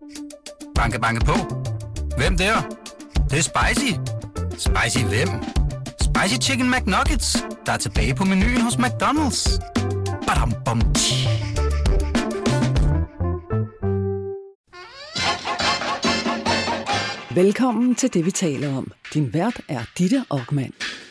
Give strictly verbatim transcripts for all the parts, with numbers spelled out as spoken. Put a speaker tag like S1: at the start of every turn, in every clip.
S1: Banke, banke på. Hvem der? Det, det er spicy. Spicy hvem? Spicy Chicken McNuggets, der er tilbage på menuen hos McDonald's. Badum, bom, tji.
S2: Velkommen til det, vi taler om. Din vært er Ditte Okman.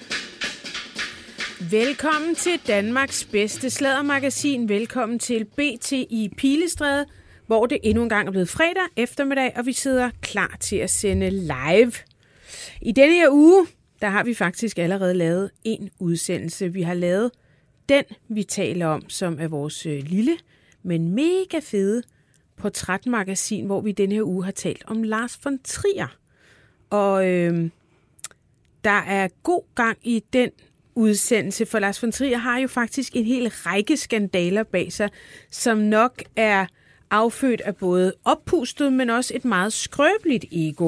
S3: Velkommen til Danmarks bedste sladdermagasin. Velkommen til B T i Pilestræde, hvor det endnu en gang er blevet fredag eftermiddag, og vi sidder klar til at sende live. I denne her uge, der har vi faktisk allerede lavet en udsendelse. Vi har lavet den, vi taler om, som er vores øh, lille, men mega fede portrætmagasin, hvor vi denne her uge har talt om Lars von Trier. Og øh, der er god gang i den udsendelse, for Lars von Trier har jo faktisk en hel række skandaler bag sig, som nok er affødt af både oppustet, men også et meget skrøbeligt ego.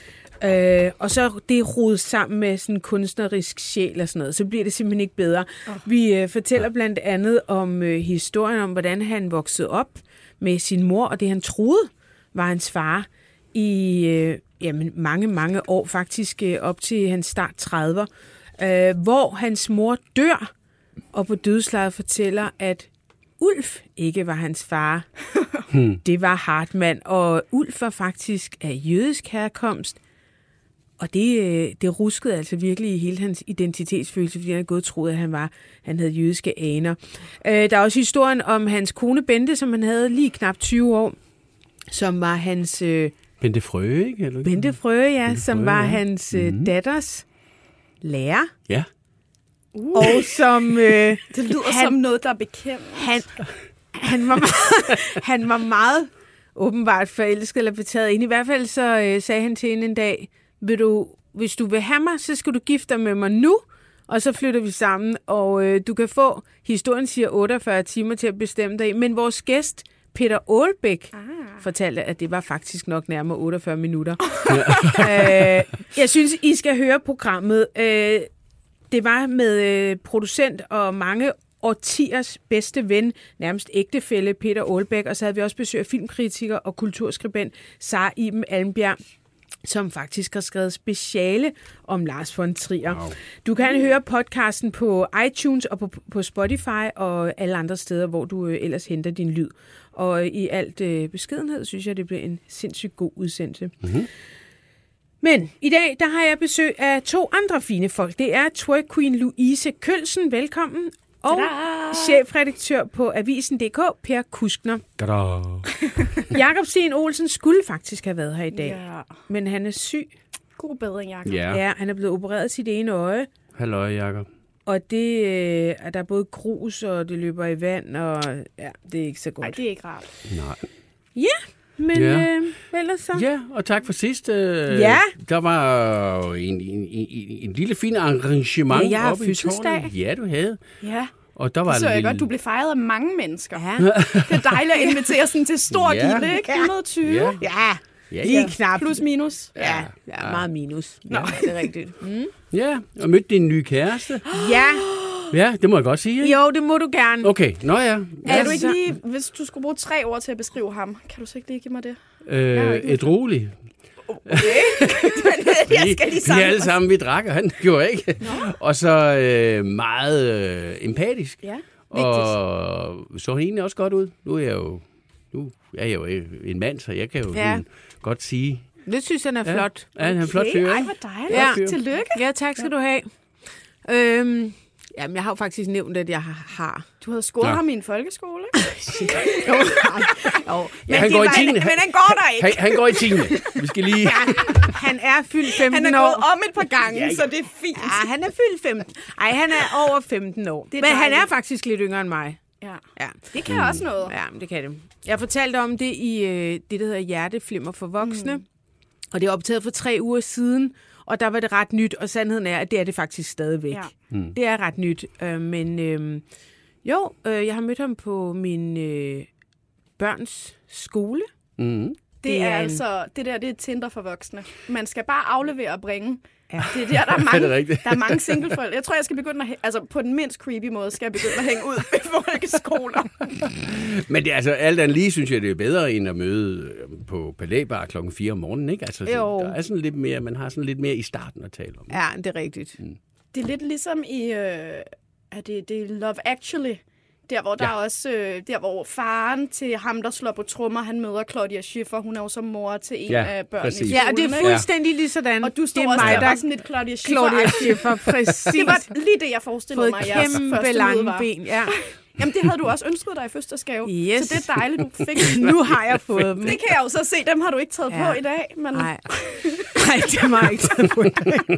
S3: Øh, og så det rodet sammen med sådan kunstnerisk sjæl og sådan noget, så bliver det simpelthen ikke bedre. Oh. Vi øh, fortæller blandt andet om øh, historien om, hvordan han voksede op med sin mor, og det han troede var hans far i øh, jamen, mange, mange år, faktisk øh, op til hans start trediver, øh, hvor hans mor dør, og på dødslejet fortæller, at Ulf ikke var hans far. Hmm. Det var Hartmann, og Ulf var faktisk af jødisk herkomst, og det, det ruskede altså virkelig i hele hans identitetsfølelse, fordi han havde gået troet, at han var, han havde jødiske aner. Øh, der er også historien om hans kone Bente, som han havde lige knap tyve år, som var hans... Øh,
S4: Bente Frøe, ikke? Eller?
S3: Bente Frøe, ja,
S4: Bente
S3: som
S4: Frøe,
S3: var
S4: ja.
S3: hans øh,
S4: mm.
S3: datters lærer.
S4: Ja.
S3: Uh. Og som... Øh,
S5: det lyder
S3: han,
S5: som noget, der er bekendt.
S3: Han, han, var meget, han var meget åbenbart forelsket eller betaget ind. I hvert fald så øh, sagde han til hende en dag, vil du, hvis du vil have mig, så skal du gifte dig med mig nu, og så flytter vi sammen, og øh, du kan få, historien siger otteogfyrre timer til at bestemme dig, men vores gæst, Peter Aalbæk, ah. fortalte, at det var faktisk nok nærmere otteogfyrre minutter. øh, jeg synes, I skal høre programmet. Øh, det var med øh, producent og mange årtiers bedste ven, nærmest ægtefælle Peter Aalbæk, og så havde vi også besøg af filmkritiker og kulturskribent Sara Iben Almbjerg, som faktisk har skrevet speciale om Lars von Trier. Wow. Du kan høre podcasten på iTunes og på, på Spotify og alle andre steder, hvor du øh, ellers henter din lyd. Og i alt øh, beskedenhed, synes jeg, det bliver en sindssygt god udsendelse. Mm-hmm. Men i dag, der har jeg besøg af to andre fine folk. Det er twerk queen Louise Kølsen, velkommen, og Tada! Chefredaktør på Avisen punktum d k, Per Kuskner. Jakob Sten Olsen skulle faktisk have været her i dag, ja. Men han er syg.
S5: God bedring, Jakob.
S4: Ja.
S3: Ja, han er blevet opereret sit ene øje.
S4: Halløj, Jakob.
S3: Og det øh, er der både grus, og det løber i vand, og ja, det er ikke så godt.
S5: Nej, det er ikke rart.
S4: Nej.
S3: Ja, men ja. Øh, ellers så.
S4: Ja, og tak for sidst. Øh,
S3: ja.
S4: Der var en, en, en, en lille fin arrangement
S3: ja, jeg har
S4: oppe i tårnet. Ja, du havde.
S5: Ja.
S4: Og der var
S5: det så jeg
S4: lille...
S5: godt, du blev fejret af mange mennesker.
S3: Ja.
S5: Det er dejligt at invitere sådan til stor
S4: ja.
S5: gilde, ikke? et hundrede og tyve.
S4: Ja.
S3: Ja.
S4: Ja,
S3: lige
S4: ja.
S3: knap.
S5: Plus minus.
S3: Ja, ja, meget minus.
S5: Nå.
S3: Ja, det er rigtigt. Mm.
S4: Ja, og mødte din nye kæreste.
S3: Ja.
S4: Ja, det må jeg godt sige, ikke?
S3: Jo, det må du gerne.
S4: Okay, nå ja.
S5: Er du ikke lige, hvis du skulle bruge tre ord til at beskrive ham, kan du så ikke lige give mig det?
S4: Øh, et roligt.
S5: Okay. Jeg skal lige
S4: sammen. Vi alle sammen, vi drak, og han gjorde ikke. Nå. Og så øh, meget øh, empatisk.
S5: Ja,
S4: og så han egentlig også godt ud. Nu er jeg jo, nu er jeg jo en mand, så jeg kan jo ja. godt sige...
S3: Det synes han er
S4: ja.
S3: flot.
S4: Ja, han er en flot fyr.
S5: Ej, hvor dejligt. Ja. Tillykke.
S3: Ja, tak skal ja. du have. Øhm, jamen, jeg har jo faktisk nævnt, at jeg har...
S5: Du havde scoret ja. ham i en folkeskole, ikke?
S3: jo, jo.
S4: Men, ja, han går i tiende.
S5: Men han går der ikke.
S4: Han, han går i tiende. Vi skal lige...
S3: Ja, han er fyldt femten år.
S5: Han er gået om et par gange, ja, ja. Så det er fint.
S3: Ja, han er fyldt femten. Ej, han er over femten år. Men dejligt. Han er faktisk lidt yngre end mig.
S5: Ja, ja. Det kan mm. også noget.
S3: Ja, det kan det. Jeg fortalte om det i øh, det, der hedder Hjerteflimmer for voksne. Mm. Og det er optaget for tre uger siden. Og der var det ret nyt, og sandheden er, at det er det faktisk stadigvæk. Ja. Mm. Det er ret nyt. Øh, men øh, jo, øh, jeg har mødt ham på min øh, børns skole.
S4: Mm.
S5: det er
S3: er en-
S5: altså, det der, det er Tinder for voksne. Man skal bare aflevere og bringe.
S3: Ja.
S5: Det er der, der er
S4: Er
S5: mange,
S4: det rigtigt?
S5: der er mange singleforældre. Jeg tror, jeg skal begynde at, hæ- altså på den mindst creepy måde, skal jeg begynde at hænge ud i folkeskoler.
S4: Men det er altså, alt andet lige, synes jeg, det er bedre, end at møde øh, på Palæbar klokken fire om morgenen, ikke? Altså,
S3: Jo.
S4: der er sådan lidt mere, man har sådan lidt mere i starten at tale om.
S3: Ja, det er rigtigt.
S5: Det er lidt ligesom i, øh, er det, det er Love Actually, der hvor der
S4: Ja.
S5: er også, øh, der hvor faren til ham, der slår på trommer, han møder Claudia Schiffer, hun er jo så mor til en
S4: Ja,
S5: af børnene
S4: præcis.
S5: i
S3: Ja, og det er
S5: skolen, ikke?
S3: fuldstændig lige sådan.
S5: Og du står
S3: det er
S5: også
S3: mig,
S5: der,
S3: der
S5: var sådan lidt Claudia Schiffer.
S3: Claudia Schiffer, præcis.
S5: Det var lige det, jeg forestillede
S3: Fået
S5: mig, jeres
S3: kæmpe
S5: første møde
S3: lange
S5: var.
S3: ben, ja.
S5: Jamen, det havde du også ønsket dig i fødselsdagsgave.
S3: Yes.
S5: Så det er dejligt, du fik.
S3: Nu har jeg fået dem.
S5: Det kan jeg jo så se. Dem har du ikke taget
S3: Ja.
S5: på i dag. Men
S3: Nej, Nej, det har jeg ikke taget på.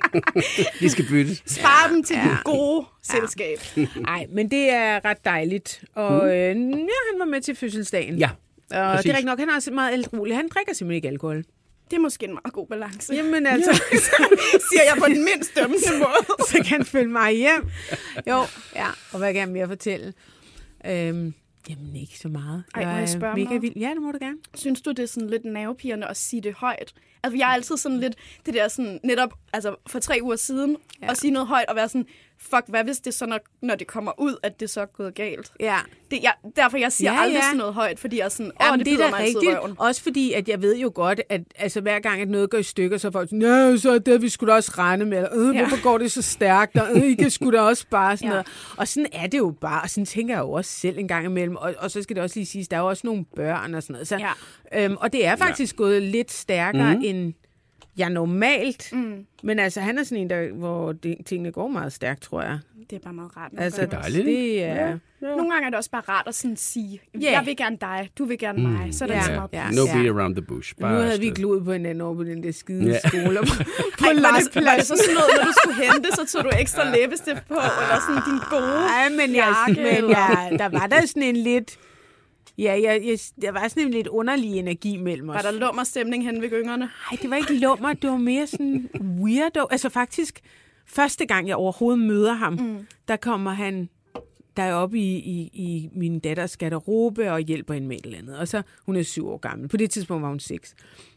S4: De skal byttes.
S5: spar dem til
S3: Ja.
S5: ja. dit gode selskab.
S3: Nej, men det er ret dejligt. Og øh, ja, han var med til fødselsdagen.
S4: Ja,
S3: Og det er
S4: præcis.
S3: rigtigt nok, han er også meget ældrolig. Han drikker simpelthen ikke alkohol.
S5: Det er måske en meget god balance.
S3: Jamen altså,
S5: Siger jeg på den mindst dømmende måde.
S3: så kan han følge mig hjem. Jo, ja. Og hvad kan jeg mere fortælle? Øhm, jamen, ikke så meget.
S5: Ej, må jeg
S3: er
S5: spørge om
S3: mega
S5: noget?
S3: vild. Ja, det må du gerne.
S5: Synes du, det er sådan lidt nervepirrende at sige det højt? Altså, jeg er altid sådan lidt, det der sådan, netop, altså for tre uger siden,
S3: Ja.
S5: ja. at sige noget højt og være sådan, fuck, hvad hvis det så, når, når det kommer ud, at det så er gået galt?
S3: Ja.
S5: Det, jeg, derfor, jeg siger
S3: Ja,
S5: ja, aldrig
S3: ja.
S5: sådan noget højt, fordi jeg er sådan, åh,
S3: Jamen,
S5: det,
S3: det er
S5: bider
S3: da
S5: mig altid i
S3: rigtigt.
S5: røven.
S3: Også fordi, at jeg ved jo godt, at altså, hver gang, at noget går i stykker, så er folk sådan, ja, så er det, vi skulle da også regne med. Eller, øh,
S5: Ja.
S3: hvorfor går det så stærkt? Og øh, I kan sgu da også bare sådan
S5: Ja.
S3: noget. Og sådan er det jo bare. Og sådan tænker jeg jo også selv en gang imellem. Og, og så skal det også lige siges, der er jo også nogle børn og sådan noget. Så,
S5: Ja.
S3: øhm, og det er faktisk ja. gået lidt stærkere mm. end jeg normalt. Mm. Men altså, han er sådan en, der, hvor det, tingene går meget stærkt, tror jeg.
S5: Det er bare meget rart. nogle
S3: Altså,
S5: gange.
S4: dejligt, ikke?
S3: det er...
S4: Ja.
S5: Nogle gange er det også bare rart at sådan sige,
S3: Ja.
S5: jeg vil gerne dig, du vil gerne mig, så er det
S3: Ja.
S5: ikke så meget
S3: Ja.
S4: No
S3: Ja.
S4: beat around the bush.
S3: Nu
S4: Bare
S3: havde vi
S4: afsted.
S3: glod på hinanden over på den der skide
S4: Ja.
S3: skole. På, på
S5: Ej, var, det, var det
S3: legepladsen.
S5: så sådan noget, når du skulle hente, så tog du ekstra læbestift på, eller sådan din gode
S3: Nej, men, jeg,
S5: jakke,
S3: men
S5: eller-
S3: jeg, der var der sådan en lidt... Ja, jeg, jeg, der var sådan en lidt underlig energi mellem os.
S5: Var der lummer stemning hen ved gyngerne?
S3: Nej, det var ikke lummer, det var mere sådan weirdo. Altså faktisk, første gang jeg overhovedet møder ham, mm. der kommer han deroppe i, i, i min datters garderobe og hjælper hende med et eller andet. Og så, hun er syv år gammel. På det tidspunkt var hun seks.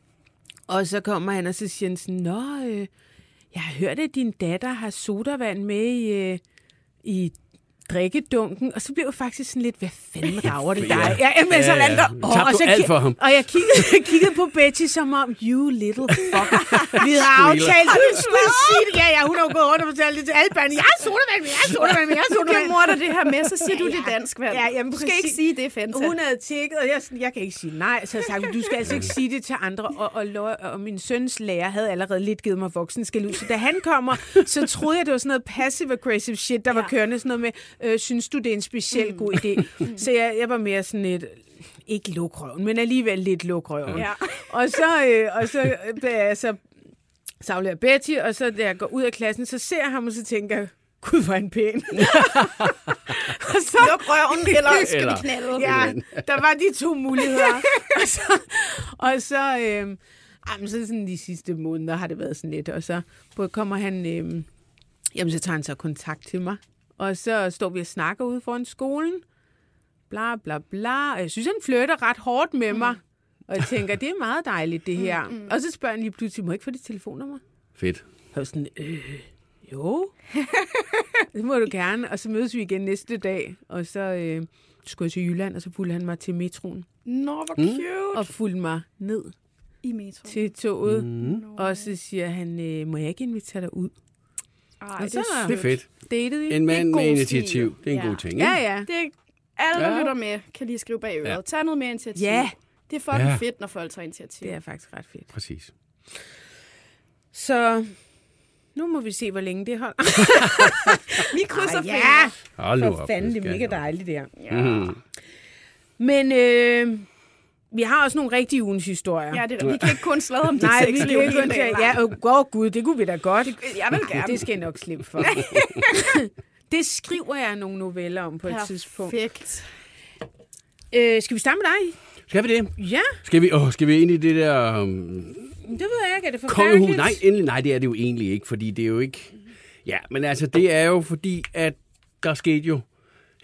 S3: Og så kommer han, og så siger han sådan, Nå, øh, jeg har hørt, at din datter har sodavand med i, øh, i drikkedunken, og så blev jeg faktisk sådan lidt, hvad fanden rager det dig?
S4: Ja.
S3: Ja, jamen,
S4: Ja,
S3: sådan,
S4: ja.
S3: der,
S4: Tabte
S3: og,
S4: du
S3: så
S4: alt
S3: ki-
S4: for ham?
S3: og jeg kiggede, jeg kiggede på Betty som om, you little fuck. Vi har aftalt, du skulle sige det. Ja, ja, hun har jo gået rundt og fortalt det til alle børn. Jeg har sodavand med, jeg har sodavand med, jeg har
S5: Du giver
S3: sodavand.
S5: mor dig det her med, så siger du,
S3: Ja,
S5: det er
S3: ja.
S5: dansk vand.
S3: Ja, jamen,
S5: du skal
S3: præcis.
S5: ikke sige, det er Fanta.
S3: Hun havde tjekket, og jeg, sådan, jeg kan ikke sige nej. Så jeg sagde, du skal altså ikke sige det til andre. Og, og, og, og min søns lærer havde allerede lidt givet mig voksenskæld ud. Så da han kommer, så troede jeg, det var sådan noget passive-aggressive shit, der var
S5: Ja.
S3: kørende. Sådan noget med, øh, synes du, det er en speciel mm. god idé? Så jeg, jeg var mere sådan et... Ikke lukrøven, men alligevel lidt lukrøven.
S5: Ja.
S3: Og så, øh, og så, øh, da jeg så savler jeg Betty, og så da jeg går ud af klassen, så ser jeg ham, og så tænker jeg, gud, hvor er han pæn. og så,
S5: Luk røven, eller skal
S4: Eller-
S5: vi knalde?
S3: ja, der var de to muligheder. og så, og så, øh, jamen, så sådan de sidste måneder har det været sådan lidt, og så kommer han, øh, jamen så tager han så kontakt til mig, og så står vi og snakker ude foran skolen, bla bla bla, og jeg synes, han flytter ret hårdt med mig, og jeg tænker, det er meget dejligt det her. Mm, mm. Og så spørger han lige pludselig, må jeg ikke få dit telefonnummer?
S4: Fedt.
S3: Jeg var sådan, øh, jo, det må du gerne. Og så mødes vi igen næste dag, og så øh, skulle jeg til Jylland, og så fulgte han mig til metroen,
S5: Nå, hvor cute.
S3: og fulgte mig ned
S5: I metro.
S3: til toget. Mm. Og så siger han, øh, må jeg ikke invitere dig ud?
S5: Ej,
S3: Og
S5: det
S3: så
S5: er
S4: Det er fedt.
S3: datede vi.
S4: En mand
S5: god
S4: med
S5: stil.
S4: initiativ. Det er en
S5: Ja.
S4: god ting, ikke?
S3: Ja, ja.
S5: Det er, alle, der
S4: Ja.
S5: lytter med, kan lige skrive bag øret.
S4: Ja.
S5: Tag noget mere initiativ.
S3: Ja.
S5: Det er fucking
S4: Ja.
S5: fedt, når folk tager initiativ.
S3: Det er faktisk ret fedt.
S4: Præcis.
S3: Så nu må vi se, hvor længe det holder.
S5: Vi krydser
S3: Ah,
S5: fingre.
S3: ja,
S4: Hold nu
S3: for
S4: op.
S3: fanden, det er
S4: skal
S3: mega
S4: jeg nok.
S3: dejligt det her.
S5: Ja.
S4: Mhm.
S3: Men øh, vi har også nogle rigtige ugens historier.
S5: Ja, det er, vi kan ikke kun slå om det
S3: Nej, vi
S5: sexliv
S3: kan ikke
S5: hele
S3: kun
S5: dagen
S3: til. Ja,
S5: lang.
S3: åh oh, gud, det kunne vi da godt.
S5: Jeg vil
S3: Ej,
S5: gerne.
S3: det skal jeg nok slippe for. Det skriver jeg nogle noveller om på et tidspunkt.
S5: Perfekt.
S3: Øh, skal vi starte med dig?
S4: Skal vi det?
S3: Ja,
S4: Skal vi, åh, skal vi ind i det der um,
S3: det ved jeg ikke. Er det
S4: kongehus?
S3: forfærdeligt?
S4: Nej, endelig, nej, det er det jo egentlig ikke, fordi det er jo ikke... Ja, men altså, det er jo fordi, at der skete jo her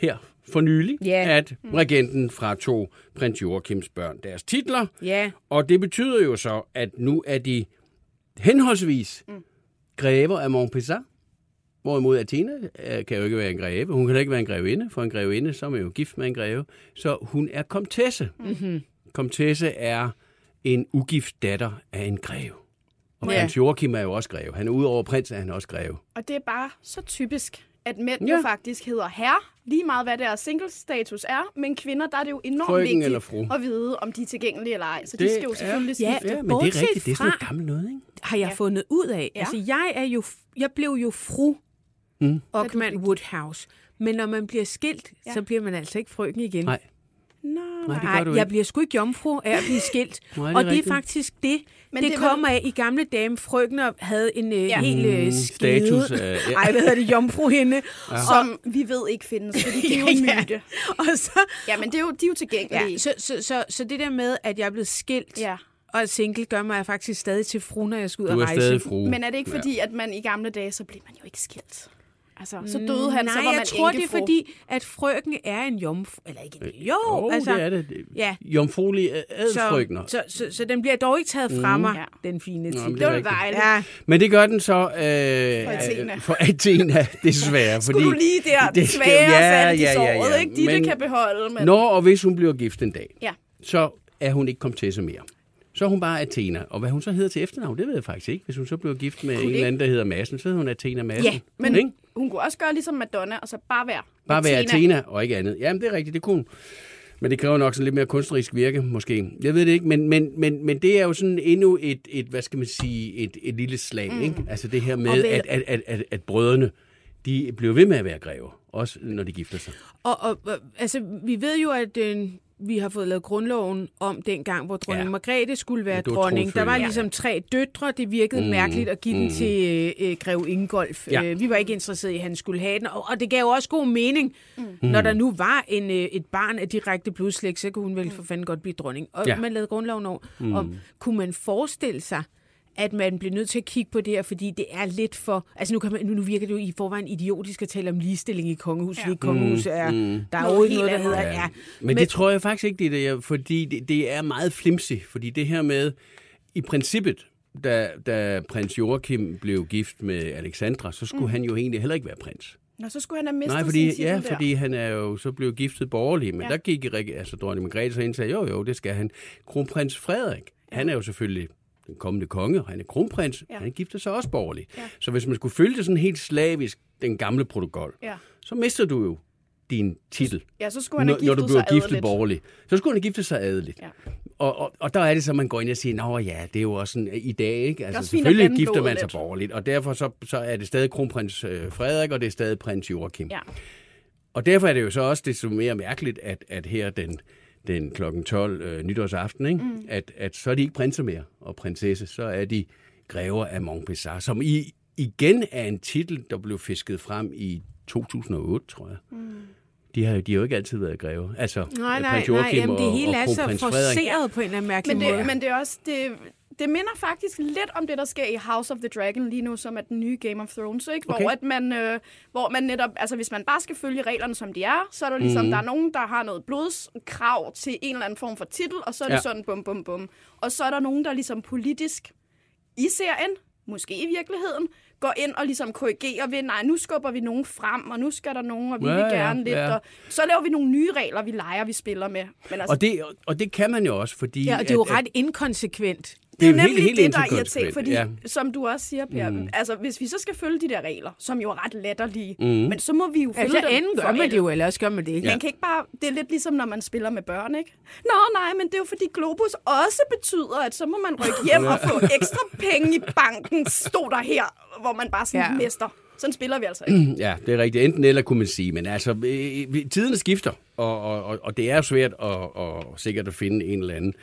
S4: for nylig,
S3: Ja.
S4: at regenten fratog prins Joachims børn deres titler.
S3: Ja.
S4: Og det betyder jo så, at nu er de henholdsvis mm. grever af Montpezat, hvorimod Athena øh, kan jo ikke være en greve. Hun kan ikke være en grevinde, for en grevinde, som er jo gift med en greve. Så hun er komtesse. Mm-hmm. Komtesse er en ugift datter af en greve. Og
S3: Ja.
S4: prins Joachim er jo også greve. Han er udover prins, er han også greve.
S5: Og det er bare så typisk, at mænd
S4: Ja.
S5: jo faktisk hedder herre, lige meget hvad deres single-status er, men kvinder, der er det jo enormt
S4: Frøken eller
S5: vigtigt
S4: fru.
S5: at vide, om de er tilgængelige eller ej. Så
S4: Det
S5: de skal jo
S4: er-
S5: selvfølgelig
S3: Ja,
S5: skifte.
S4: Ja, men det er
S3: Bortset
S4: rigtigt. Det er sådan noget
S3: fra-
S4: gammelt noget, ikke?
S3: Har jeg
S5: Ja.
S3: fundet ud af.
S5: Ja.
S3: Altså, jeg er jo, jeg blev jo fru
S4: Mm.
S3: Ockman Woodhouse. Men når man bliver skilt,
S5: Ja.
S3: så bliver man altså ikke frøken igen.
S4: Nej.
S5: Nå,
S4: Nej, det gør
S3: Nej,
S4: du
S3: jeg
S4: ikke.
S3: bliver sgu ikke jomfru af at blive skilt.
S4: Nej, det er
S3: og det er
S4: rigtigt.
S3: faktisk det.
S5: Men
S3: Men det,
S5: det
S3: det
S5: var-
S3: kommer af i gamle dage. Frøkner havde en øh,
S5: Ja.
S3: helt øh,
S4: Mm,
S3: skide...
S4: status af- ja.
S3: Ej, hvad hedder det? Jomfruhinde.
S5: som vi ved ikke findes, fordi det er jo en
S3: Ja, ja.
S5: myte.
S3: Og så,
S5: Ja, men det er jo, de er jo tilgængelige.
S3: ja, så, så, så, så det der med, at jeg er blevet skilt
S5: Ja.
S3: og er single, gør mig faktisk stadig til fru, når jeg skal ud
S4: Du
S3: og
S4: er
S3: rejse.
S4: stadig frue.
S5: Men er det ikke fordi, at man i gamle dage, så blev man jo ikke skilt? Altså, så døde han,
S3: Nej,
S5: så var man
S3: jeg tror, det er
S5: enkefru.
S3: fordi, at frøken er en jomfru. Eller ikke en... Jo,
S4: Jo,
S3: altså...
S4: det er det.
S3: Ja.
S4: Jomfruelige adelsfrøkner.
S3: Så, så, så, så den bliver dog ikke taget fra mig,
S5: Ja.
S3: den fine
S4: men
S3: titel.
S4: det
S5: Det
S4: er
S5: var
S4: rigtigt.
S5: dejligt.
S3: Ja,
S4: Men det gør den så øh,
S5: Athena.
S4: øh, for Athena, desværre.
S5: Skulle du lige der
S4: det-
S5: svære
S4: ja,
S5: salt i
S4: ja, ja,
S5: såret,
S4: ja.
S5: ikke? De, det
S4: Men
S5: kan beholde, men...
S4: Når og hvis hun bliver gift en dag,
S5: Ja.
S4: så er hun ikke komtesse mere. Så er hun bare Athena. Og hvad hun så hedder til efternavn, det ved jeg faktisk ikke. Hvis hun så bliver gift med en
S5: ikke?
S4: eller anden, der hedder Madsen, så hedder hun Athena Madsen.
S3: Ja,
S5: Men
S4: Ikke?
S5: hun kunne også gøre ligesom Madonna, og så bare være
S4: Bare være Athena og ikke andet. Jamen, det er rigtigt, det kunne hun. Men det kræver nok sådan lidt mere kunstnerisk virke, måske. Jeg ved det ikke, men, men, men, men det er jo sådan endnu et, et hvad skal man sige, et, et lille slag, mm. ikke? Altså det her med,
S3: vel-
S4: at, at, at, at, at brødrene, de bliver ved med at være grever, også når de gifter sig.
S3: og, og og, altså, vi ved jo, at øh, vi har fået lavet grundloven om dengang, hvor dronning
S4: Ja.
S3: ja. Margrethe skulle være
S4: Ja, det var
S3: dronning. Der var
S4: tronfølge.
S3: ligesom tre døtre. Det virkede mm. mærkeligt at give mm. den til øh, Grev Ingolf.
S4: Ja.
S3: Ja. Øh, vi var ikke interesseret i, at han skulle have den. Og, og det gav jo også god mening, mm. når der nu var en, øh, et barn af direkte blodslægt, så kunne hun vel for fanden godt blive dronning. Og
S4: Ja.
S3: man lavede grundloven over. Mm. Og kunne man forestille sig, at man bliver nødt til at kigge på det her, fordi det er lidt for... Altså nu, kan man, nu, nu virker det jo i forvejen idiotisk at tale om ligestilling i kongehuset,
S5: Ja.
S3: fordi kongehuset er...
S4: Mm.
S3: Der er
S5: Noget
S3: overhovedet
S5: helt
S3: noget, der
S5: andet.
S3: hedder...
S4: Ja.
S3: Ja.
S4: Men, men det tror jeg faktisk ikke, det er det, jeg- fordi det, det er meget flimsy. Fordi det her med, i princippet, da, da prins Joachim blev gift med Alexandra, så skulle mm. han jo egentlig heller ikke være prins.
S5: Nå, så skulle han have mistet
S4: Nej,
S5: sin
S4: fordi,
S5: titel
S4: ja,
S5: der.
S4: fordi han er jo så blevet giftet borgerlig, men
S5: Ja.
S4: ja. der gik altså, dronning Margrethe så ind og sagde, jo jo, det skal han. Kronprins Frederik, ja. han er jo selvfølgelig den kommende konge, og han er kronprins,
S5: Ja.
S4: ja. han gifter sig også borgerlig.
S5: Ja.
S4: Så hvis man skulle følge det sådan helt slavisk, den gamle protokol,
S5: Ja.
S4: så mister du jo din titel,
S5: Ja, så skulle han
S4: når,
S5: have
S4: når
S5: giftet
S4: du bliver
S5: sig
S4: giftet
S5: adeligt.
S4: borgerlig. Så skulle han gifte sig adeligt.
S5: Ja.
S4: Og, og, og der er det så, man går ind og siger, nå ja, det er jo også sådan i dag, ikke? Altså
S5: også fint at
S4: selvfølgelig
S5: vende
S4: gifter man
S5: blodet
S4: sig
S5: lidt.
S4: borgerligt, og derfor så, så er det stadig kronprins øh, Frederik, og det er stadig prins Joachim.
S5: Ja.
S4: Og derfor er det jo så også desto mere mærkeligt, at, at her den, den klokken tolv øh, nytårsaften, ikke? Mm. At, at så er de ikke prinser mere og prinsesse, så er de grever af Montpezat, som i, igen er en titel, der blev fisket frem i to tusind og otte, tror jeg. Mm. De har, de har jo ikke altid været grever. Altså,
S3: Nej, nej,
S4: prins
S3: nej.
S4: Joachim
S3: Jamen, det
S4: og,
S3: hele
S4: og
S3: er så
S4: kronprins Frederik.
S3: forceret på en eller anden mærkelig
S5: Men
S3: måde.
S5: det, men det er også... Det, det minder faktisk lidt om det, der sker i House of the Dragon lige nu, som er den nye Game of Thrones, ikke? Hvor,
S4: Okay.
S5: at man, øh, hvor man netop... Altså, hvis man bare skal følge reglerne, som de er, så er der ligesom...
S4: Mhm.
S5: Mm. Der er nogen, der har noget blodskrav til en eller anden form for titel, og så er det
S4: Ja.
S5: sådan bum, bum, bum. Og så er der nogen, der ligesom politisk i serien, måske i virkeligheden, går ind og ligesom korrigerer ved, nej, nu skubber vi nogen frem, og nu skal der nogen, og vi
S4: Ja,
S5: vil
S4: ja,
S5: gerne lidt.
S4: ja.
S5: Og så laver vi nogle nye regler, vi leger, vi spiller med. Men altså,
S4: Og det, og det kan man jo også, fordi...
S3: Ja, og det er jo
S4: at, at,
S3: ret inkonsekvent.
S5: det er jo
S4: det er jo
S5: nemlig
S4: helt-
S5: det,
S4: helt
S5: der er irriterende,
S4: inkonsekvent,
S5: fordi,
S4: ja.
S5: som du også siger, Per, mm. altså, hvis vi så skal følge de der regler, som jo er ret latterlige,
S4: Mm.
S5: men så må vi jo følge
S3: Altså,
S5: dem
S3: enden
S5: for
S3: gør man
S5: alle.
S3: det jo, eller også gør man det ikke.
S5: Man kan ikke bare... Det er lidt ligesom, når man spiller med børn, ikke? Nå, nej, men det er jo fordi Globus også betyder, at så må man rykke hjem og få ekstra penge i banken, stod der her, hvor man bare sådan
S3: Ja.
S5: ja. mester. Sådan spiller vi altså ikke.
S4: Ja, det er rigtigt. Enten eller kunne man sige. Men altså, øh, vi- tiderne skifter, og, og, og, og det er jo svært at, og sikkert at finde en eller anden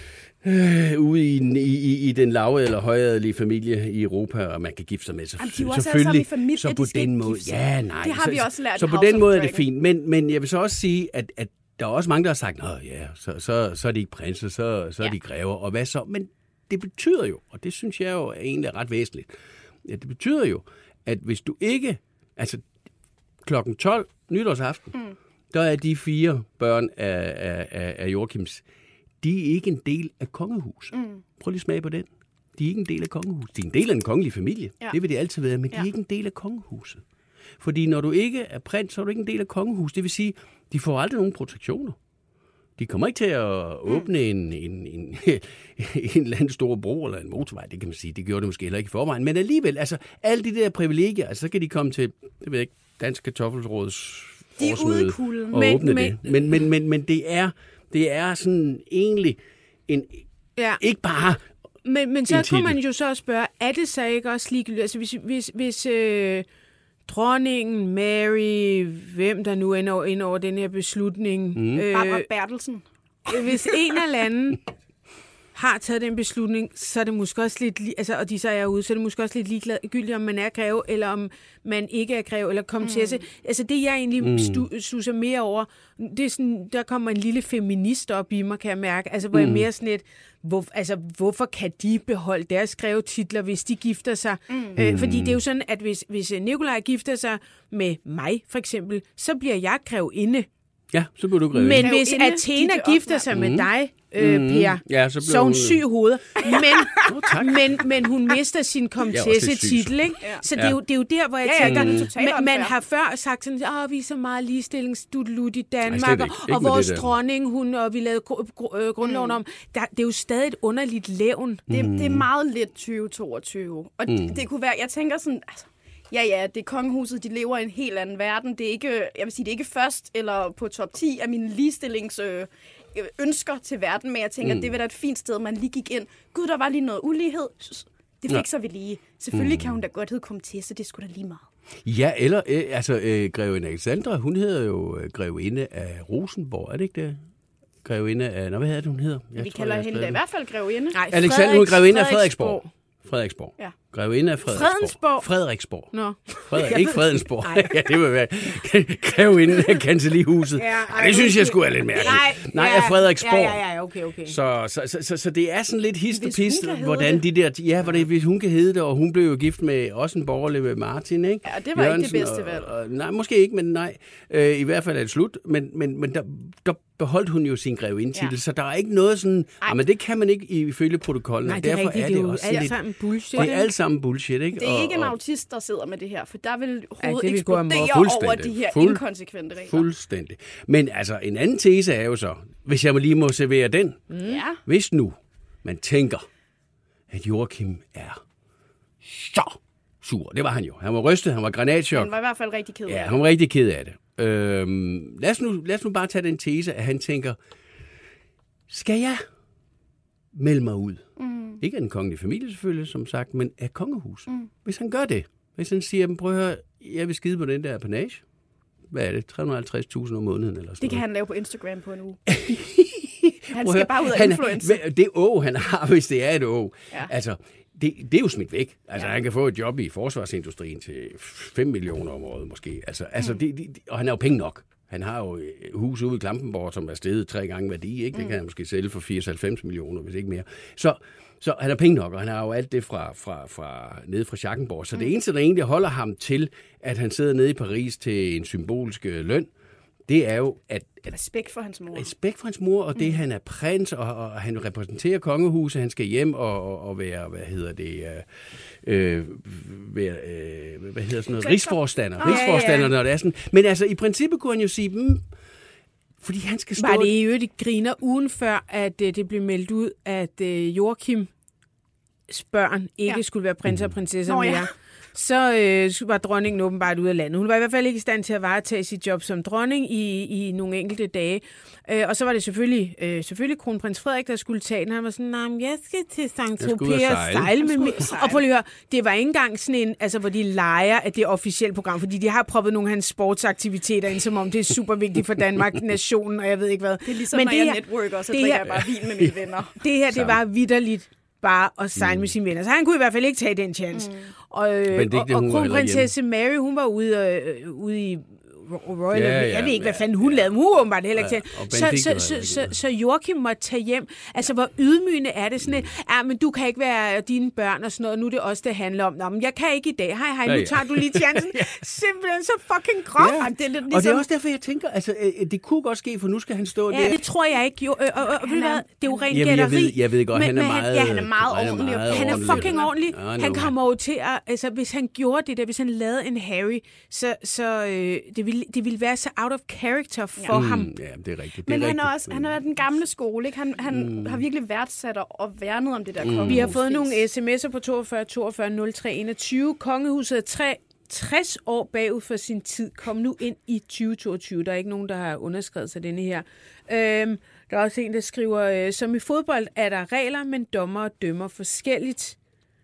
S4: øh, ude i, den- i, i, i den lave eller højadelige familie i Europa, og man kan gifte sig med. Så,
S5: Jamen, de er jo også alle sammen i familie,
S4: så
S5: de
S4: på
S5: skal
S4: den
S5: ikke
S4: måde,
S5: gifte sig.
S4: ja, nej.
S5: Det har
S4: så,
S5: vi også lært i
S4: Så på
S5: House
S4: den
S5: of
S4: måde er det
S5: Dragon.
S4: fint. Men, men jeg vil så også sige, at, at der er også mange, der har sagt, nå ja, så, så, så er de ikke prinser, så, så er
S5: Ja.
S4: de grever, og hvad så? Men det betyder jo, og det synes jeg jo er egentlig ret væsentligt, ja, det betyder jo, at hvis du ikke, altså klokken tolv nytårsaften, mm. der er de fire børn af, af, af, af Joachims, de er ikke en del af kongehuset. Mm. Prøv lige at smage på den. De er ikke en del af kongehuset. De er en del af den kongelige familie. Ja. Det vil de altid være, men ja. de er ikke en del af kongehuset. Fordi når du ikke er prins, så er du ikke en del af kongehuset. Det vil sige, de får aldrig nogen protektioner. De kommer ikke til at åbne mm. en, en, en, en eller anden stor bro eller en motorvej, det kan man sige. Det gjorde det måske heller ikke i forvejen. Men alligevel, altså alle de der privilegier, altså, så kan de komme til, det ved jeg ikke, Dansk Kartoffelråds årsmøde og men, åbne men, det. Men, men, men, men det er, det er sådan egentlig en, ja. ikke bare
S3: Men, men så kunne man jo så spørge, er det så ikke også ligegyldigt? Altså hvis, hvis, hvis øh, dronningen, Mary, hvem der nu ender ind over den her beslutning...
S5: Mm. Øh, Barbara Bertelsen.
S3: Hvis en eller anden har taget den beslutning, så er det måske også lidt... Altså, og de så er ude, så er det måske også lidt ligegyldigt, om man er greve, eller om man ikke er greve, eller komtesse. Mm. Altså det, jeg egentlig mm. stusser mere over, det er sådan, der kommer en lille feminist op i mig, kan jeg mærke. Altså hvor mm. jeg mere sådan et... Hvor, altså, hvorfor kan de beholde deres grevetitler, hvis de gifter sig? Mm. Øh, fordi det er jo sådan, at hvis, hvis Nikolaj gifter sig med mig, for eksempel, så bliver jeg grevinde.
S4: Ja, så bliver du grevinde.
S3: Men hvis Athena gifter sig med dig, øh, Per, ja, så, så hun hun... syg hoved. Men, oh, men, men hun mister sin komtesse-titel, ikke? Ja. Så det er, jo, det er jo der, hvor jeg ja, tænker, ja, man, man har før sagt sådan, at vi er så meget ligestillingsstudlut i Danmark, Ej, ikke. Ikke og vores dronning, hun, og vi lavede grundloven mm. om, der, det er jo stadig et underligt levn.
S5: Det, det er meget lidt tyve toogtyve. Og mm. det, det kunne være, jeg tænker sådan... Altså, ja, ja, det er kongehuset, de lever i en helt anden verden. Det er ikke, jeg vil sige, det er ikke først eller på top ti af mine ligestillings øh, ønsker til verden, men jeg tænker, mm. at det var da et fint sted, man lige gik ind. Gud, der var lige noget ulighed. Det fikser ja. vi lige. Selvfølgelig mm. kan hun da godt hedde komtesse, det skulle da lige meget.
S4: Ja, eller øh, altså øh, grevinde Alexandra, hun hedder jo øh, grevinde af Rosenborg, er det ikke det? Grevinde af, nå, hvad hedder det, hun hedder?
S5: Jeg vi tror, kalder hende da i hvert fald grevinde.
S4: Nej, Alexandra, hun er grevinde af Frederiksborg. Frederiksborg. Ja. Grevinde af Frederiksborg.
S3: Fredensborg.
S4: Frederiksborg.
S3: Nå.
S4: Frederik, ikke Fredensborg. Ja, det vil være grevinde af kancellihuset. Ja, ej, det synes jeg skulle være lidt mærkeligt. Nej, Nej ja, af Frederiksborg.
S3: Ja, ja, ja, okay, okay.
S4: Så, så, så, så, så det er sådan lidt hist og pist, hvordan de der... Ja, hvordan, hvis hun kan hedde det, og hun blev jo gift med også en borgerlig med Martin, ikke?
S5: Ja, det var Jørgensen, ikke det bedste valg.
S4: Og, og, nej, måske ikke, men nej. Øh, I hvert fald er det slut. Men, men, men der, der beholdt hun jo sin grevinde-titel, ja. Så der er ikke noget sådan... Ah, men det kan man ikke ifølge protokollen.
S3: Nej, det er rigtigt. Det er jo alt sammen bullshit.
S4: Det er alt sammen bullshit, ikke?
S5: Det er ikke en autist, der sidder med det her, for der vil hovedet ja, eksplodere over de her Fuld, inkonsekvente regler.
S4: Fuldstændig. Men altså, en anden tese er jo så, hvis jeg lige må servere den. Mm. Hvis nu man tænker, at Joachim er så sur. Det var han jo. Han var rystet, han var granatchok.
S5: Han var i hvert fald rigtig ked af det.
S4: Ja, han var rigtig ked af det. Øhm, lad, os nu, lad os nu bare tage den tese, at han tænker, skal jeg melde mig ud? Mm. Ikke af den kongelige familie selvfølgelig, som sagt, men af kongehuset. Mm. Hvis han gør det, hvis han siger, prøv at høre, jeg vil skide på den der apanage. Hvad er det? tre hundrede og halvtreds tusind om måneden eller sådan
S5: Det kan
S4: noget.
S5: han lave på Instagram på en uge. Han skal bare ud af
S4: han,
S5: influencer.
S4: Det å, han har, hvis det er et å. Ja. Altså, det, det er jo smidt væk. Altså, ja. Han kan få et job i forsvarsindustrien til fem millioner om året måske. Altså, mm. altså det, det, og han har jo penge nok. Han har jo hus ude i Klampenborg, som er steget tre gange værdi. Ikke? Det mm. kan han måske sælge for firs til halvfems millioner, hvis ikke mere. Så, så han har penge nok, og han har jo alt det fra, fra, fra nede fra Schackenborg. Så mm. det eneste, der egentlig holder ham til, at han sidder nede i Paris til en symbolsk løn, det er jo, at... at
S5: respekt for hans mor.
S4: Respekt for hans mor, og det, mm. han er prins, og, og han repræsenterer kongehuset, han skal hjem og, og, og være, hvad hedder det, øh, være, øh, hvad hedder sådan noget, rigsforstander. Oh, rigsforstander, ja, ja. Når det er sådan. Men altså, i princippet kunne han jo sige, mm, fordi han skal stå...
S3: Var det i øvrigt griner ugen før, at øh, det blev meldt ud, at øh, Joachim børn ikke ja. skulle være prinser og prinsesser mere. Ja. Så øh, var dronningen åbenbart ude af landet. Hun var i hvert fald ikke i stand til at varetage sit job som dronning i, i nogle enkelte dage. Øh, og så var det selvfølgelig, øh, selvfølgelig kronprins Frederik, der skulle tage den. Han var sådan, nej, jeg skal til Sankt Tropez og sejle med mig. Og prøv lige at høre, det var ikke engang sådan en, altså, hvor de leger af det officielle program, fordi de har proppet nogle af hans sportsaktiviteter ind, som om det er super vigtigt for Danmark, nationen, og jeg ved ikke hvad.
S5: Det er ligesom, men når det jeg her, networker, så drikker jeg bare vin med mine venner.
S3: Det her, det var vitterligt bare at sejle mm. med sine venner. Så han kunne i hvert fald ikke tage den chance. Mm. Og, øh, det, og, og kronprinsesse Mary, hun var ude, øh, ude i Royal.
S4: Ja, ja,
S3: jeg ved ikke, hvad
S4: ja,
S3: fanden hun
S4: ja.
S3: lavede. Hun åbenbart heller ikke
S4: Ja,
S3: til. Så, så, så, så, så Joachim måtte tage hjem. Altså, hvor ydmygende er det sådan et, ja, men du kan ikke være dine børn og sådan noget. Nu er det også, det handler om. Nå, men jeg kan ikke i dag. Hej, hej, nu
S4: Ja, ja.
S3: tager du lige chancen. Simpelthen så fucking groft.
S4: Ja.
S5: Det er lidt
S4: Og det
S5: ligesom...
S4: er også derfor, jeg tænker, altså, øh, det kunne godt ske, for nu skal han stå
S3: Ja,
S4: der.
S3: det tror jeg ikke. Jo, øh, og, og, og, ved du hvad? Det er jo rent
S4: Jamen, jeg
S3: gætteri.
S4: ved, jeg ved godt,
S3: Men-
S4: han er
S3: men
S4: meget...
S3: ja,
S5: han er meget ordentlig.
S3: Han er fucking ordentlig.
S4: Ja,
S3: Han kommer jo til at, altså hvis han gjorde det der, hvis han lavede en Harry, så, så øh, det, ville, det ville være så out of character for
S4: Mm,
S3: ham.
S4: ja, det er rigtigt. Det
S5: Men
S4: er
S5: han er
S4: rigtigt.
S5: også han er den gamle skole, ikke? Han, han mm. har virkelig værdsat og værnet om det der kongehus.
S3: Vi har fået nogle sms'er på toogfyrre toogfyrre nul tre enogtyve. Kongehuset er tre, tres år bagud for sin tid. Kom nu ind i tyve toogtyve. Der er ikke nogen, der har underskrevet sig denne her. Øhm, der er også en, der skriver, øh, som i fodbold er der regler, men dommere dømmer forskelligt.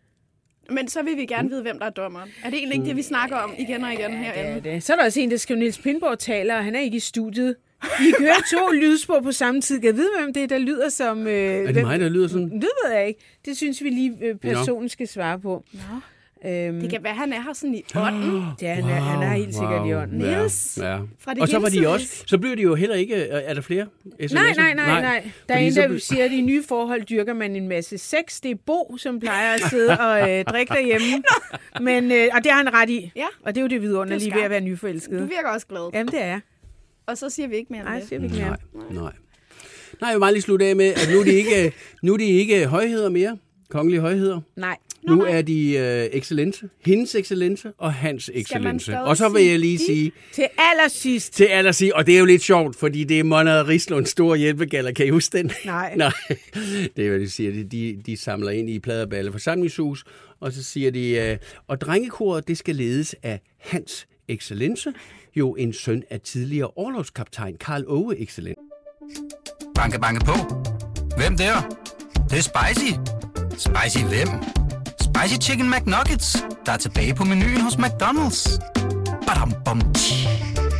S5: Men så vil vi gerne vide, hvem der er dommeren. Er det egentlig ikke det, vi snakker om igen og igen herinde?
S3: Det. Så er der også en, der skriver, Niels Pindborg taler, og han er ikke i studiet. I kan høre to lydspor på samme tid. Kan jeg vide, hvem det er, der lyder som... Øh,
S4: Er det
S3: hvem?
S4: mig, der lyder sådan?
S3: Det ved jeg ikke. Det synes vi lige, øh, personen skal svare på.
S5: Nå.
S3: Øhm,
S5: Det kan være, han er her sådan i ånden.
S3: ja, han, er, han er helt sikkert i ånden.
S4: Ja,
S5: Niels,
S4: ja.
S5: fra det
S4: Og så var de
S5: hinsides.
S4: også, så blev de jo heller ikke, er der flere sms'er?
S3: Nej, nej, nej, nej. Der er
S4: Fordi
S3: en,
S4: så
S3: der
S4: blev-
S3: siger, at i nye forhold dyrker man en masse sex. Det er Bo, som plejer at sidde og øh, drikke derhjemme. Men, øh, og det har han ret i.
S5: Ja.
S3: Og det er jo det vidunderlige
S5: Det er
S3: ved at
S5: skarpt.
S3: være
S5: Du
S3: nyforelsket.
S5: virker også glad.
S3: Jamen, det er jeg.
S5: Og så siger vi ikke mere end
S3: Nej,
S5: det.
S3: siger vi ikke mere.
S4: Nej, nej. Nej, jeg vil bare lige slutte af med, at nu er de ikke, nu er de ikke højheder mere, kongelige højheder.
S3: Nej.
S4: Nu er de øh, excellence, hendes excellence og hans excellence.
S5: stadig
S4: Og så vil
S5: sige
S4: jeg lige
S5: de?
S4: sige
S3: Til allersidst.
S4: til allersidst, og det er jo lidt sjovt, fordi det er Monrad Rislunds store hjælpegaller. Kan I huske den?
S3: Nej.
S4: Nej, det er hvad de siger. De, de samler ind i Pladerballe forsamlingshus, og så siger de, øh, og drengekoret, det skal ledes af hans excellence, jo en søn af tidligere orlogskaptajn Karl Ove Excellence.
S1: Banke, banke på. Hvem der? Det, det er spicy. Spicy hvem? Spicy Chicken McNuggets, der er tilbage på menuen hos McDonald's. Badum, bom, tji.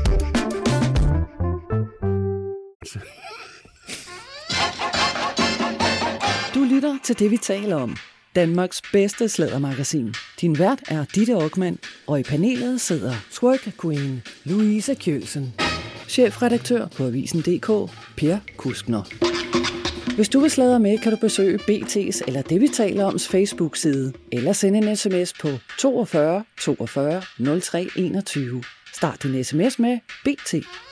S2: Du lytter til det, vi taler om. Danmarks bedste sladdermagasin. Din vært er Ditte Okman, og i panelet sidder
S6: Twerk Queen, Louise Kjølsen.
S2: chefredaktør på Avisen punktum d k, Per Kuskner. Hvis du vil sladre med, kan du besøge B T's eller det, vi taler oms Facebook-side, eller sende en sms på toogfyrre toogfyrre nul tre enogtyve. Start din sms med B T.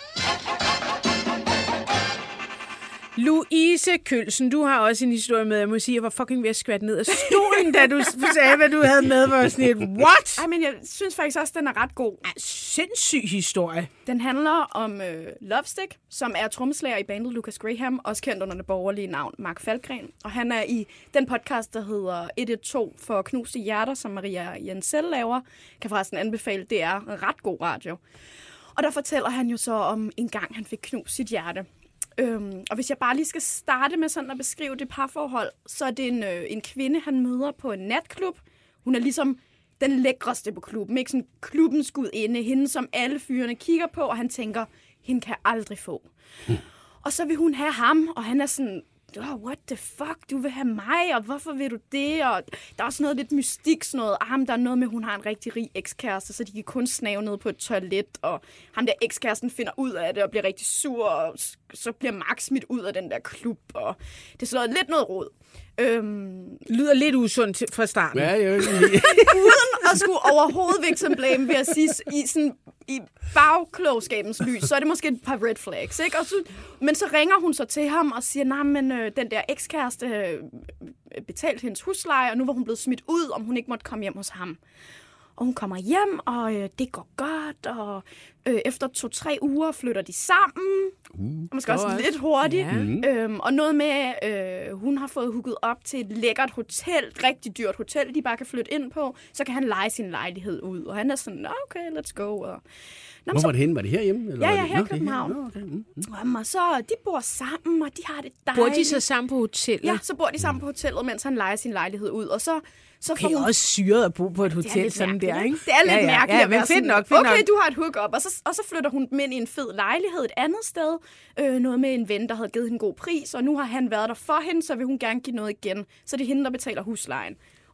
S3: Louise Kølsen, du har også en historie med, jeg må sige, jeg var fucking ved at skvatte ned af stolen, da du sagde, hvad du havde med, var sådan et, what?
S5: Ej, men jeg synes faktisk også, den er ret god.
S3: Ej, sindssyg historie.
S5: Den handler om øh, Lovestick, som er trommeslager i bandet Lucas Graham, også kendt under det borgerlige navn Mark Falkgren. Og han er i den podcast, der hedder et et to for knuste hjerter, som Maria Jensel laver. Kan forresten anbefale, det er ret god radio. Og der fortæller han jo så om en gang, han fik knust sit hjerte. Øhm, og hvis jeg bare lige skal starte med sådan at beskrive det parforhold, så er det en, øh, en kvinde, han møder på en natklub. Hun er ligesom den lækreste på klubben, ikke sådan klubbens gudinde, hende som alle fyrene kigger på, og han tænker, hende kan jeg aldrig få. Mm. Og så vil hun have ham, og han er sådan, oh, what the fuck, du vil have mig, og hvorfor vil du det? Og der er også noget lidt mystik, sådan noget. Ah, der er noget med, at hun har en rigtig rig ekskæreste, så de kan kun snave ned på et toilet, og ham der ekskæresten finder ud af det, og bliver rigtig sur, og så bliver Max smidt ud af den der klub, og det er sådan noget, lidt noget rod. Øhm,
S3: Lyder lidt usundt til- fra starten.
S4: Ja, jeg
S5: uden at skulle overhovedet victim blame, vil jeg sige, i, sådan, i bagklogskabens lys, så er det måske et par red flags, ikke? Og så, men så ringer hun så til ham og siger, nej, men øh, den der ekskæreste øh, betalte hendes husleje, og nu var hun blevet smidt ud, om hun ikke måtte komme hjem hos ham. Og hun kommer hjem, og øh, det går godt, og øh, efter to-tre uger flytter de sammen. Uh, og måske også
S3: også.
S5: lidt hurtigt.
S3: Ja.
S5: Øhm, og noget med, øh, hun har fået hooket op til et lækkert hotel, et rigtig dyrt hotel, de bare kan flytte ind på. Så kan han leje sin lejlighed ud, og han er sådan, "Nå, okay, let's go. Og, Nå,
S4: Hvor
S5: så,
S4: var det henne? Var det herhjemme? Eller
S5: Ja,
S4: var
S5: ja,
S4: det?
S5: her i
S4: Nå, det er
S5: København.
S4: Nå, okay. mm, mm.
S5: Jamen, og så, de bor sammen, og de har det
S3: Bor
S5: dejligt.
S3: de så sammen på hotellet?
S5: Ja, så bor de sammen på hotellet, mens han lejer sin lejlighed ud. Og så, så
S3: Okay, det er også syret at bo på et
S5: Det er
S3: hotel
S5: lidt
S3: sådan
S5: mærkeligt,
S3: der, ikke?
S5: Det er lidt
S3: ja, ja.
S5: mærkeligt
S3: Ja,
S5: at
S3: men
S5: være
S3: fedt
S5: sådan,
S3: nok, fedt
S5: okay,
S3: nok.
S5: du har et hookup, og så, og så flytter hun dem ind i en fed lejlighed et andet sted. Øh, noget med en ven, der havde givet hende en god pris, og nu har han været der for hende, så vil hun gerne give noget igen. Så det er hende, der betaler huslejen.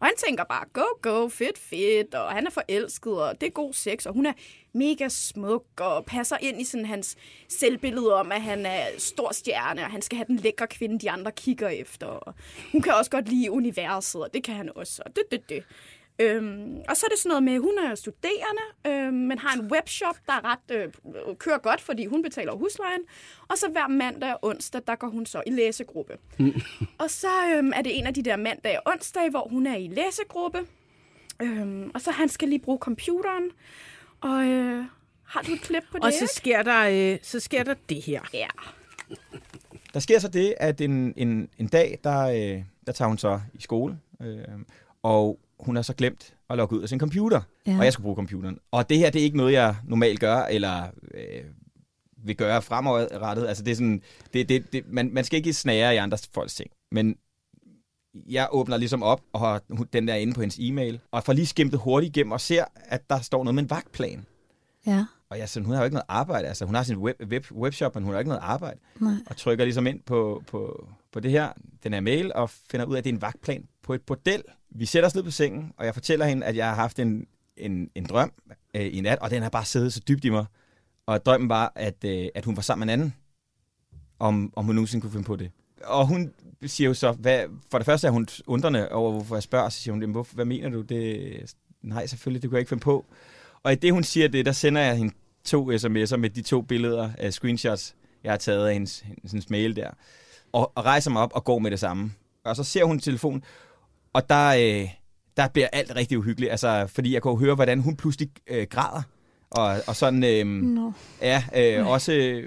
S5: Og han tænker bare, go, go, fedt, fedt, og han er forelsket, og det er god sex, og hun er mega smuk, og passer ind i sådan hans selvbillede om, at han er stor stjerne, og han skal have den lækre kvinde, de andre kigger efter. Og hun kan også godt lide universet, og det kan han også, og det, det, det. Øhm, og så er det sådan noget med, at hun er studerende, øhm, men har en webshop, der er ret øh, kører godt, fordi hun betaler huslejen. Og så hver mandag og onsdag, der går hun så i læsegruppe. Mm. Og så øhm, er det en af de der mandag og onsdag, hvor hun er i læsegruppe. Øhm, og så han skal lige bruge computeren. Og øh, har du et klip på det?
S3: Og så sker der, øh, så sker der det her.
S5: Ja.
S7: Der sker så det, at en, en, en dag, der, øh, der tager hun så i skole, øh, og hun har så glemt at logge ud af sin computer, ja. Og jeg skal bruge computeren. Og det her, det er ikke noget, jeg normalt gør, eller øh, vil gøre fremadrettet. Altså, det er sådan, det, det, det, man, man skal ikke snære i andre folks ting. Men jeg åbner ligesom op, og har den der inde på hendes e-mail, og får lige skimtet hurtigt igennem, og ser, at der står noget med en vagtplan.
S8: Ja.
S7: Og jeg siger, hun har jo ikke noget arbejde. Altså, hun har sin web, web, webshop, men hun har ikke noget arbejde.
S8: Nej.
S7: Og trykker ligesom ind på, på, på det her, den her mail, og finder ud af, at det er en vagtplan på et bordel. Vi sætter os ned på sengen, og jeg fortæller hende, at jeg har haft en, en, en drøm øh, i nat, og den har bare siddet så dybt i mig. Og drømmen var, at, øh, at hun var sammen med en anden, om, om hun nogensinde kunne finde på det. Og hun siger jo så, hvad, for det første er hun undrende over, hvorfor jeg spørger, så siger hun, hvorfor, hvad mener du? Det, nej, selvfølgelig, det kunne jeg ikke finde på. Og i det, hun siger det, der sender jeg hende to sms'er med de to billeder, uh, screenshots, jeg har taget af hendes, hendes mail der, og, og rejser mig op og går med det samme. Og så ser hun telefonen, og der, øh, der bliver alt rigtig uhyggeligt, altså, fordi jeg kan jo høre, hvordan hun pludselig øh, græder, og, og sådan, øh, no. ja, øh, også, øh,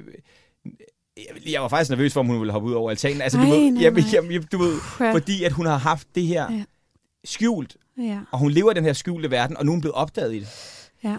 S7: jeg var faktisk nervøs for, om hun ville hoppe ud over altanen, altså,
S8: nej,
S7: du ved,
S8: nej,
S7: jeg,
S8: nej.
S7: jeg, jeg, du ved fordi at hun har haft det her
S8: ja.
S7: skjult,
S8: ja.
S7: og hun lever i den her skjulte verden, og nu er hun blevet opdaget i det.
S8: Ja.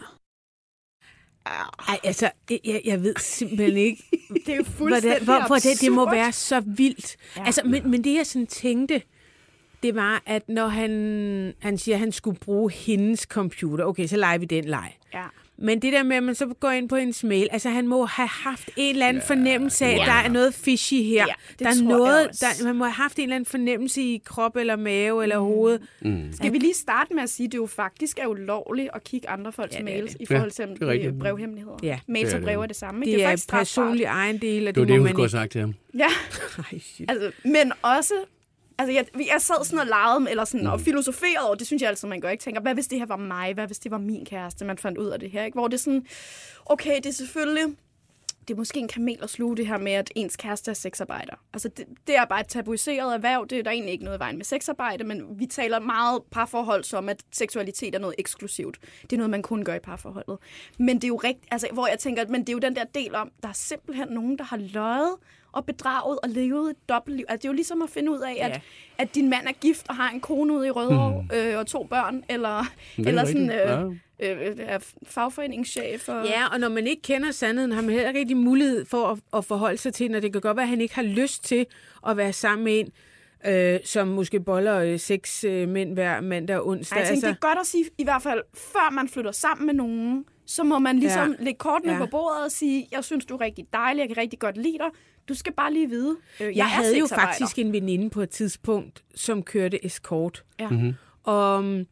S3: Ej, altså, jeg, jeg ved simpelthen ikke,
S5: det er jo fuldstændig
S3: hvor, hvor, hvor det, det må
S5: absurd.
S3: være så vildt.
S5: Ja.
S3: Altså, men, men det, jeg sådan tænkte, det var, at når han, han siger, at han skulle bruge hendes computer, okay, så leger vi den leg.
S5: Ja.
S3: Men det der med, at man så går ind på hendes mail, altså han må have haft en eller anden ja, fornemmelse af, at
S5: ja.
S3: der er noget fishy her.
S5: Ja,
S3: der er noget, der, man må have haft en eller anden fornemmelse i krop eller mave eller mm. hoved.
S5: Mm. Skal vi lige starte med at sige, at det jo faktisk er ulovligt at kigge andre folks ja, mails det det. i forhold til ja, brevhemmeligheder. Ja. Mails og brev er det samme. Ikke?
S3: Det, det er,
S5: er
S3: personlig ejendel, og
S4: det,
S3: det,
S4: det
S3: må
S4: hun
S3: man
S4: skulle
S3: ikke.
S4: have sagt til ham.
S5: Ja,
S3: Ej,
S5: altså, men også... Altså, jeg, jeg sad sådan og legede eller sådan, mm. og filosoferede over, det synes jeg altid, man gør, ikke? Tænker, hvad hvis det her var mig? Hvad hvis det var min kæreste, man fandt ud af det her? Ikke? Hvor det er sådan, okay, det er selvfølgelig, det er måske en kamel at sluge det her med, at ens kæreste er sexarbejder. Altså, det, det er bare et tabuiseret erhverv, det er der egentlig ikke noget i vejen med sexarbejde, men vi taler meget parforhold som, at seksualitet er noget eksklusivt. Det er noget, man kun gør i parforholdet. Men det er jo rigtigt, altså, hvor jeg tænker, men det er jo den der del om, der er simpelthen nogen, der har løjet og bedraget og levet et dobbeltliv. Altså, det er jo ligesom at finde ud af, at, ja. at din mand er gift og har en kone ude i Rødovre mm. øh, og to børn, eller, eller sådan øh, øh, er fagforeningschef. Og...
S3: Ja, og når man ikke kender sandheden, har man heller ikke rigtig mulighed for at, at forholde sig til, når det kan godt være, at han ikke har lyst til at være sammen med en, øh, som måske boller øh, seks øh, mænd hver mandag og onsdag.
S5: Ej, jeg tænker,
S3: altså...
S5: det er godt at sige, i hvert fald, før man flytter sammen med nogen, så må man ligesom ja. lægge kortene ja. på bordet og sige, jeg synes, du er rigtig dejlig, jeg kan rigtig godt lide dig. Du skal bare lige vide, øh, jeg,
S3: jeg havde jo
S5: sexarbejder.
S3: faktisk en veninde på et tidspunkt, som kørte escort.
S5: Ja.
S4: Mm-hmm.
S3: Og um,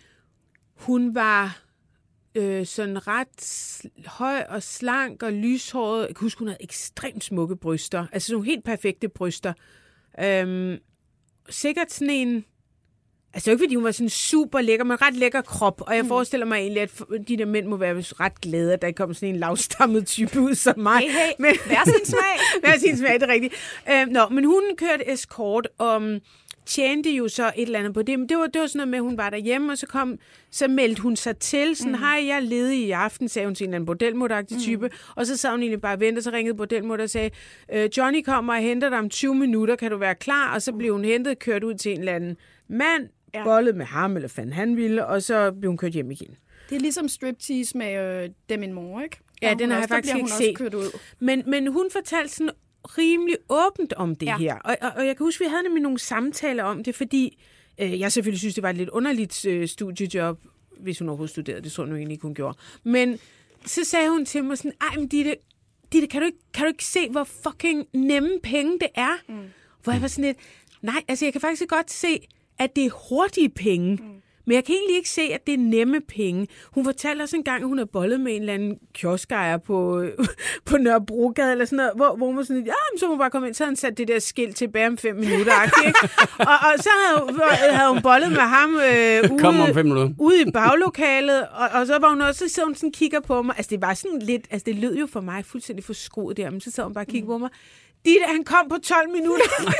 S3: hun var øh, sådan ret høj og slank og lyshåret. Jeg kan huske, hun havde ekstremt smukke bryster. Altså sådan helt perfekte bryster. Øhm, sikkert sådan en... Altså ikke fordi hun var sådan super lækker, men ret lækker krop. Og jeg mm. forestiller mig egentlig, at de der mænd må være ret glade, at der ikke kommer sådan en lavstammet type ud som mig.
S5: Hey, hey.
S3: Men,
S5: hver sin smag.
S3: hver sin smag, det er rigtigt. Øh, nå, men hun kørte escort, og um, tjente jo så et eller andet på det. Men det var, det var sådan noget med, at hun var derhjemme, og så kom, så meldte hun sig til. Sådan, hej, mm. jeg er ledig i aften, sagde hun til en eller anden bordelmutteragtig type. Mm. Og så sad hun egentlig bare og ventede, så ringede bordelmutter og sagde, øh, Johnny kommer og henter dig om tyve minutter, kan du være klar? Og så blev hun hentet, kørt ud til en eller anden mand, ja. bollet med ham, eller fanden han ville, og så blev hun kørt hjem igen.
S5: Det er ligesom striptease med øh, Dem min mor, ikke?
S3: Ja, den har jeg faktisk ikke set.
S5: Ud.
S3: Men, men hun fortalte sådan rimelig åbent om det ja. her. Og, og, og jeg kan huske, vi havde nemlig nogle samtaler om det, fordi øh, jeg selvfølgelig synes, det var et lidt underligt øh, studiejob, hvis hun overhovedet studerede. Det tror jeg nu egentlig ikke, hun gjorde. Men så sagde hun til mig sådan, ej, men Ditte, Ditte kan, du ikke, kan du ikke se, hvor fucking nemme penge det er? Mm. Hvor jeg var sådan lidt, nej, altså jeg kan faktisk godt se, at det er hurtige penge. Mm. Men jeg kan egentlig ikke se, at det er nemme penge. Hun fortalte os engang, at hun har bollet med en eller anden kioskejer på, på Nørrebrogade, eller sådan noget, hvor, hvor hun var sådan, ja, så må hun bare komme ind, så havde han sat det der skilt tilbage om fem minutter. Ikke? og, og så havde, havde hun bollet med ham øh, ude, ude i baglokalet, og, og så var hun også, så sidder hun sådan kigger på mig. Altså det var sådan lidt, altså det lød jo for mig fuldstændig forskruet der, men så sad hun bare og kiggede på mig. Ditte, han kom på tolv minutter,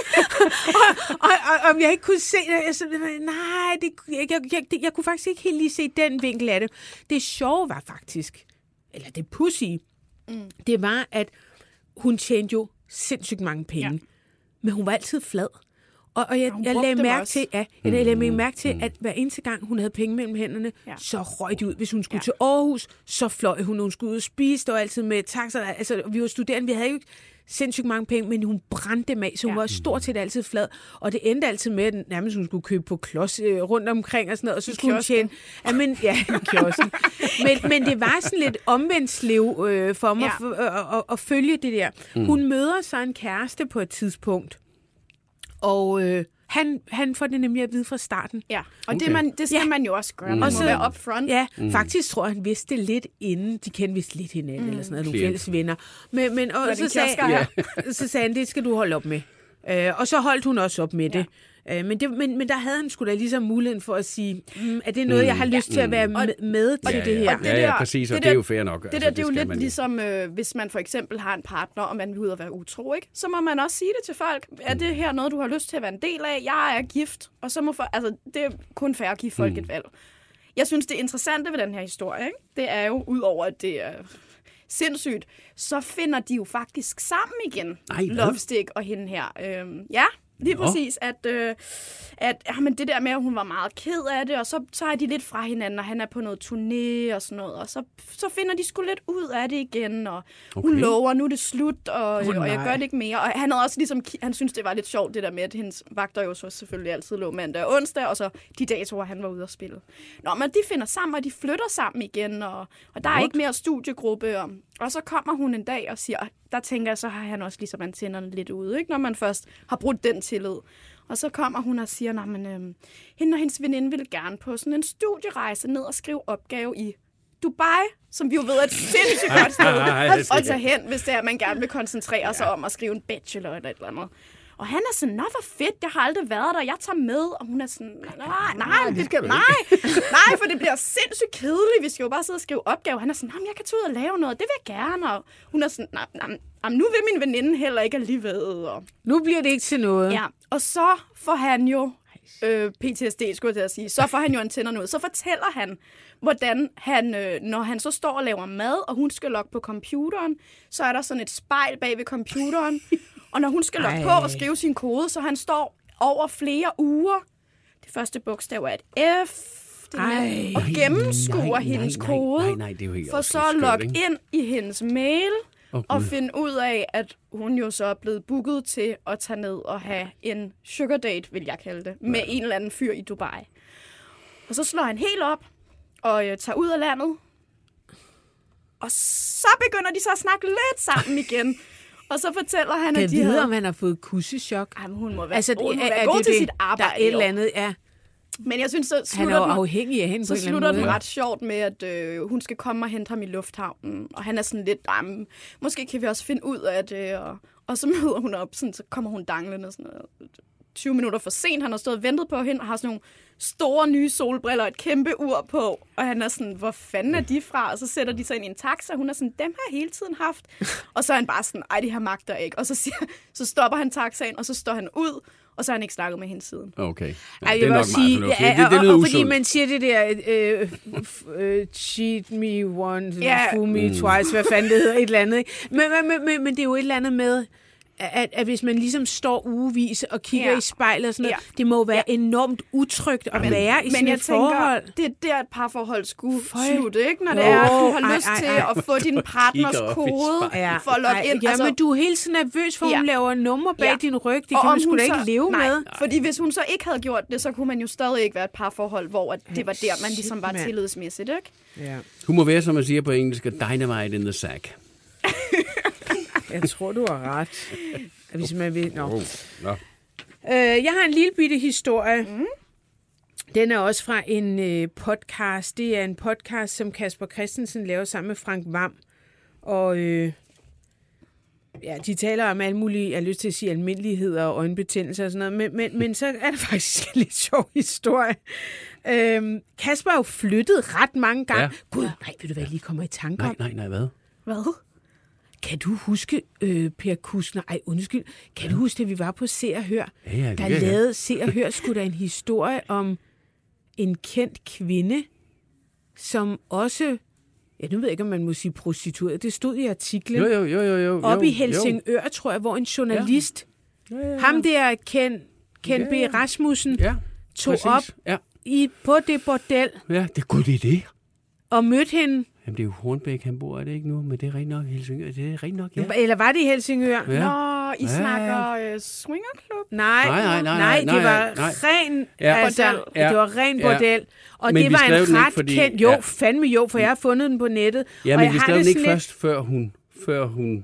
S3: og, og, og om jeg ikke kunne se det, jeg, så, nej, det, jeg, jeg, jeg, jeg kunne faktisk ikke helt lige se den vinkel af det. Det sjove var faktisk, eller det pussy, mm. det var, at hun tjente jo sindssygt mange penge, ja. Men hun var altid flad. Og, og jeg, jeg lagde mærke til, ja, jeg lagde mm. mærke til, at hver eneste gang, hun havde penge mellem hænderne, ja. Så røg de ud. Hvis hun skulle ja. Til Aarhus, så fløj hun, hun skulle ud og spise, der var altid med taxa. Altså, vi var studerende, vi havde jo sindssygt mange penge, men hun brændte dem af, så hun ja. Var stort set altid flad. Og det endte altid med, at nærmest hun skulle købe på klods øh, rundt omkring og sådan noget, og så skulle hun tjene... Ja, men, ja, kiosken. men, men det var sådan lidt omvendt øh, for mig ja. for, øh, at, at følge det der. Mm. Hun møder så en kæreste på et tidspunkt, og øh, han, han får det nemlig at vide fra starten.
S5: Ja, og okay. det, man, det skal ja. Man jo også gøre. Man mm. må være upfront.
S3: Ja, mm. faktisk tror jeg, han vidste det lidt inden. De kendte vist lidt hinanden, mm. eller sådan noget, nogle fælles venner. Men, men og, så, sagde, ja. så sagde han, det skal du holde op med. Øh, og så holdt hun også op med ja. Det. Øh, men, det men, men der havde han sgu da ligesom muligheden for at sige, mm, er det noget, mm. jeg har lyst til at være med, med til
S4: ja,
S3: det her?
S4: Og det der, ja, ja, præcis, og det, det er jo fair nok.
S5: Det, altså, der, det, det er jo lidt man... ligesom, øh, hvis man for eksempel har en partner, og man vil ud og være utro, ikke? Så må man også sige det til folk. Er det her noget, du har lyst til at være en del af? Jeg er gift, og så må for, altså, det er kun fair at give folk mm. et valg. Jeg synes, det interessante ved den her historie, ikke? Det er jo, udover at det er sindssygt, så finder de jo faktisk sammen igen. Lovestick og hende her. Øhm, ja, lige præcis, at, øh, at jamen, det der med, at hun var meget ked af det, og så, så er de lidt fra hinanden, og han er på noget turné og sådan noget, og så, så finder de sgu lidt ud af det igen, og okay. hun lover, nu er det slut, og, oh, og jeg gør det ikke mere. Og han havde også ligesom, han synes det var lidt sjovt, det der med, at hendes vagter jo så selvfølgelig altid lå mandag og onsdag, og så de datoer, han var ude og spille. Nå, men de finder sammen, og de flytter sammen igen, og, og der er ikke mere studiegruppe, og, og så kommer hun en dag og siger, der tænker jeg, så har han også ligesom antennerne lidt ude, ikke? Når man først har brudt den tillid. Og så kommer hun og siger, at øhm, hende og hendes veninde ville gerne på sådan en studierejse ned og skrive opgave i Dubai, som vi jo ved er et sindssygt godt sted at tage hen, hvis det er, at man gerne vil koncentrere sig om at skrive en bachelor eller et eller andet. Og han er sådan, nå, hvor fedt, jeg har aldrig været der, jeg tager med. Og hun er sådan, nej, nej, det skal, nej, nej, for det bliver sindssygt kedeligt, vi skal jo bare sidde og skrive opgave. Han er sådan, jeg kan tage ud og lave noget, det vil jeg gerne. Og hun er sådan, nej, nej, nej, nu vil min veninde heller ikke alligevel. Og
S3: nu bliver det ikke til noget.
S5: Ja, og så får han jo, øh, P T S D skulle jeg til at sige, så får han jo antennerne ud. Så fortæller han, hvordan han, øh, når han så står og laver mad, og hun skal logge på computeren, så er der sådan et spejl bag ved computeren. Og når hun skal logge på og skrive sin kode, så han står over flere uger. Det første bogstav er et F. Det er og gennemskuer hendes nej, kode. Nej, nej, det er jo helt for så at logge ind i hendes mail oh, og finde ud af, at hun jo så er blevet booket til at tage ned og have en sugar date, vil jeg kalde det, med ja. En eller anden fyr i Dubai. Og så slår han helt op og øh, tager ud af landet. Og så begynder de så at snakke lidt sammen igen. Og så fortæller han,
S3: kan
S5: at de
S3: vide,
S5: havde...
S3: om han har fået kussechok.
S5: Jamen, hun må være,
S3: altså,
S5: hun må
S3: er,
S5: være
S3: er
S5: god
S3: det,
S5: til
S3: det,
S5: sit arbejde.
S3: Der er et eller andet, ja.
S5: Men jeg synes, så slutter
S3: han er jo
S5: den,
S3: afhængig af hende
S5: så
S3: på en
S5: slutter
S3: eller
S5: den
S3: måde.
S5: ret sjovt med, at øh, hun skal komme og hente ham i lufthavnen. Og han er sådan lidt, måske kan vi også finde ud af det. Og, og så møder hun op, sådan, så kommer hun danglende sådan noget, tyve minutter for sent. Han har stået og ventet på hende og har sådan nogle store nye solbriller og et kæmpe ur på. Og han er sådan, hvor fanden er de fra? Og så sætter de sig ind i en taxa. Hun er sådan, dem har jeg hele tiden haft. Og så er han bare sådan, ej, de her magter ikke. Og så, siger, så stopper han taxaen, og så står han ud. Og så har han ikke snakket med hende siden.
S4: Okay. Ja,
S3: ej,
S4: det er nok
S3: sige,
S4: meget
S3: ja,
S4: det, det lyder
S3: og, og
S4: usundt.
S3: fordi man siger det der, øh, øh, cheat me once,
S5: yeah.
S3: fool me mm. twice, hvad fanden det hedder, et eller andet. Men, men, men, men det er jo et eller andet med... At, at hvis man ligesom står ugevis og kigger ja. I spejlet og sådan noget, ja. Det må være ja. Enormt utrygt at men, være i sådan et forhold.
S5: Det er der, et parforhold skulle Føj. Slutte, ikke? Når det er, at du har lyst ej, ej, ej. til at få din partners kode
S3: ja.
S5: for at logge ind.
S3: Ja, altså, men du er helt så nervøs, for ja. Hun laver nummer bag ja. Din ryg. Det og kan man sgu da ikke leve
S5: nej,
S3: med.
S5: Fordi hvis hun så ikke havde gjort det, så kunne man jo stadig ikke være et parforhold, hvor at det var der, man ligesom var tillidsmæssigt, ikke?
S4: Ja. Hun må være, som man siger på engelsk, dynamite in the sack.
S3: Jeg tror, du har ret. Hvis man vil... Nå.
S4: Oh, no.
S3: øh, jeg har en lille bitte historie. Mm. Den er også fra en øh, podcast. Det er en podcast, som Kasper Christensen laver sammen med Frank Hvam. Og øh, ja, de taler om alle mulige, jeg har lyst til at sige almindeligheder og øjenbetændelser og sådan noget, men, men, men så er det faktisk en lidt sjov historie. Øhm, Kasper har jo flyttet ret mange gange. Ja. Gud, nej, ved du hvad, jeg lige kommer i tanke om?
S4: Nej, nej, nej, hvad?
S5: Hvad?
S3: Kan du huske, øh, Per Kuskner, ej undskyld, kan du huske, at vi var på Se og Hør?
S4: Ja, ja, det
S3: der
S4: kan
S3: lavede Se og Hør sgu da en historie om en kendt kvinde, som også, ja, nu ved jeg ikke, om man må sige prostitueret, det stod i artiklen.
S4: Jo, jo, jo, jo. jo
S3: op i
S4: jo,
S3: Helsingør, jo. tror jeg, hvor en journalist,
S4: ja. Ja, ja, ja.
S3: ham der Ken, Ken ja, ja. B. Rasmussen,
S4: ja,
S3: tog
S4: præcis.
S3: op
S4: ja.
S3: i, på det bordel.
S4: Ja, det er godt, det er det.
S3: Og mødte hende.
S4: Jamen, det er jo Hornbæk, han bor, er det ikke nu? Men det er rent nok Helsingør. Det er rent nok, ja.
S3: Eller var det i Helsingør?
S4: Ja.
S5: Nå, I
S4: ja.
S5: snakker uh, swingerklub?
S3: Nej,
S4: nej, nej, nej,
S3: nej,
S4: nej,
S3: det var
S4: nej.
S3: ren
S5: ja.
S3: altså,
S5: ja.
S3: det var ren bordel. Ja. Og
S4: Men
S3: det var en ret
S4: fordi,
S3: kendt, jo,
S4: ja.
S3: fandme jo, for jeg har fundet den på nettet.
S4: Ja,
S3: og
S4: men
S3: jeg
S4: vi
S3: har
S4: skrev
S3: det
S4: den ikke
S3: lidt...
S4: først, før hun, før hun...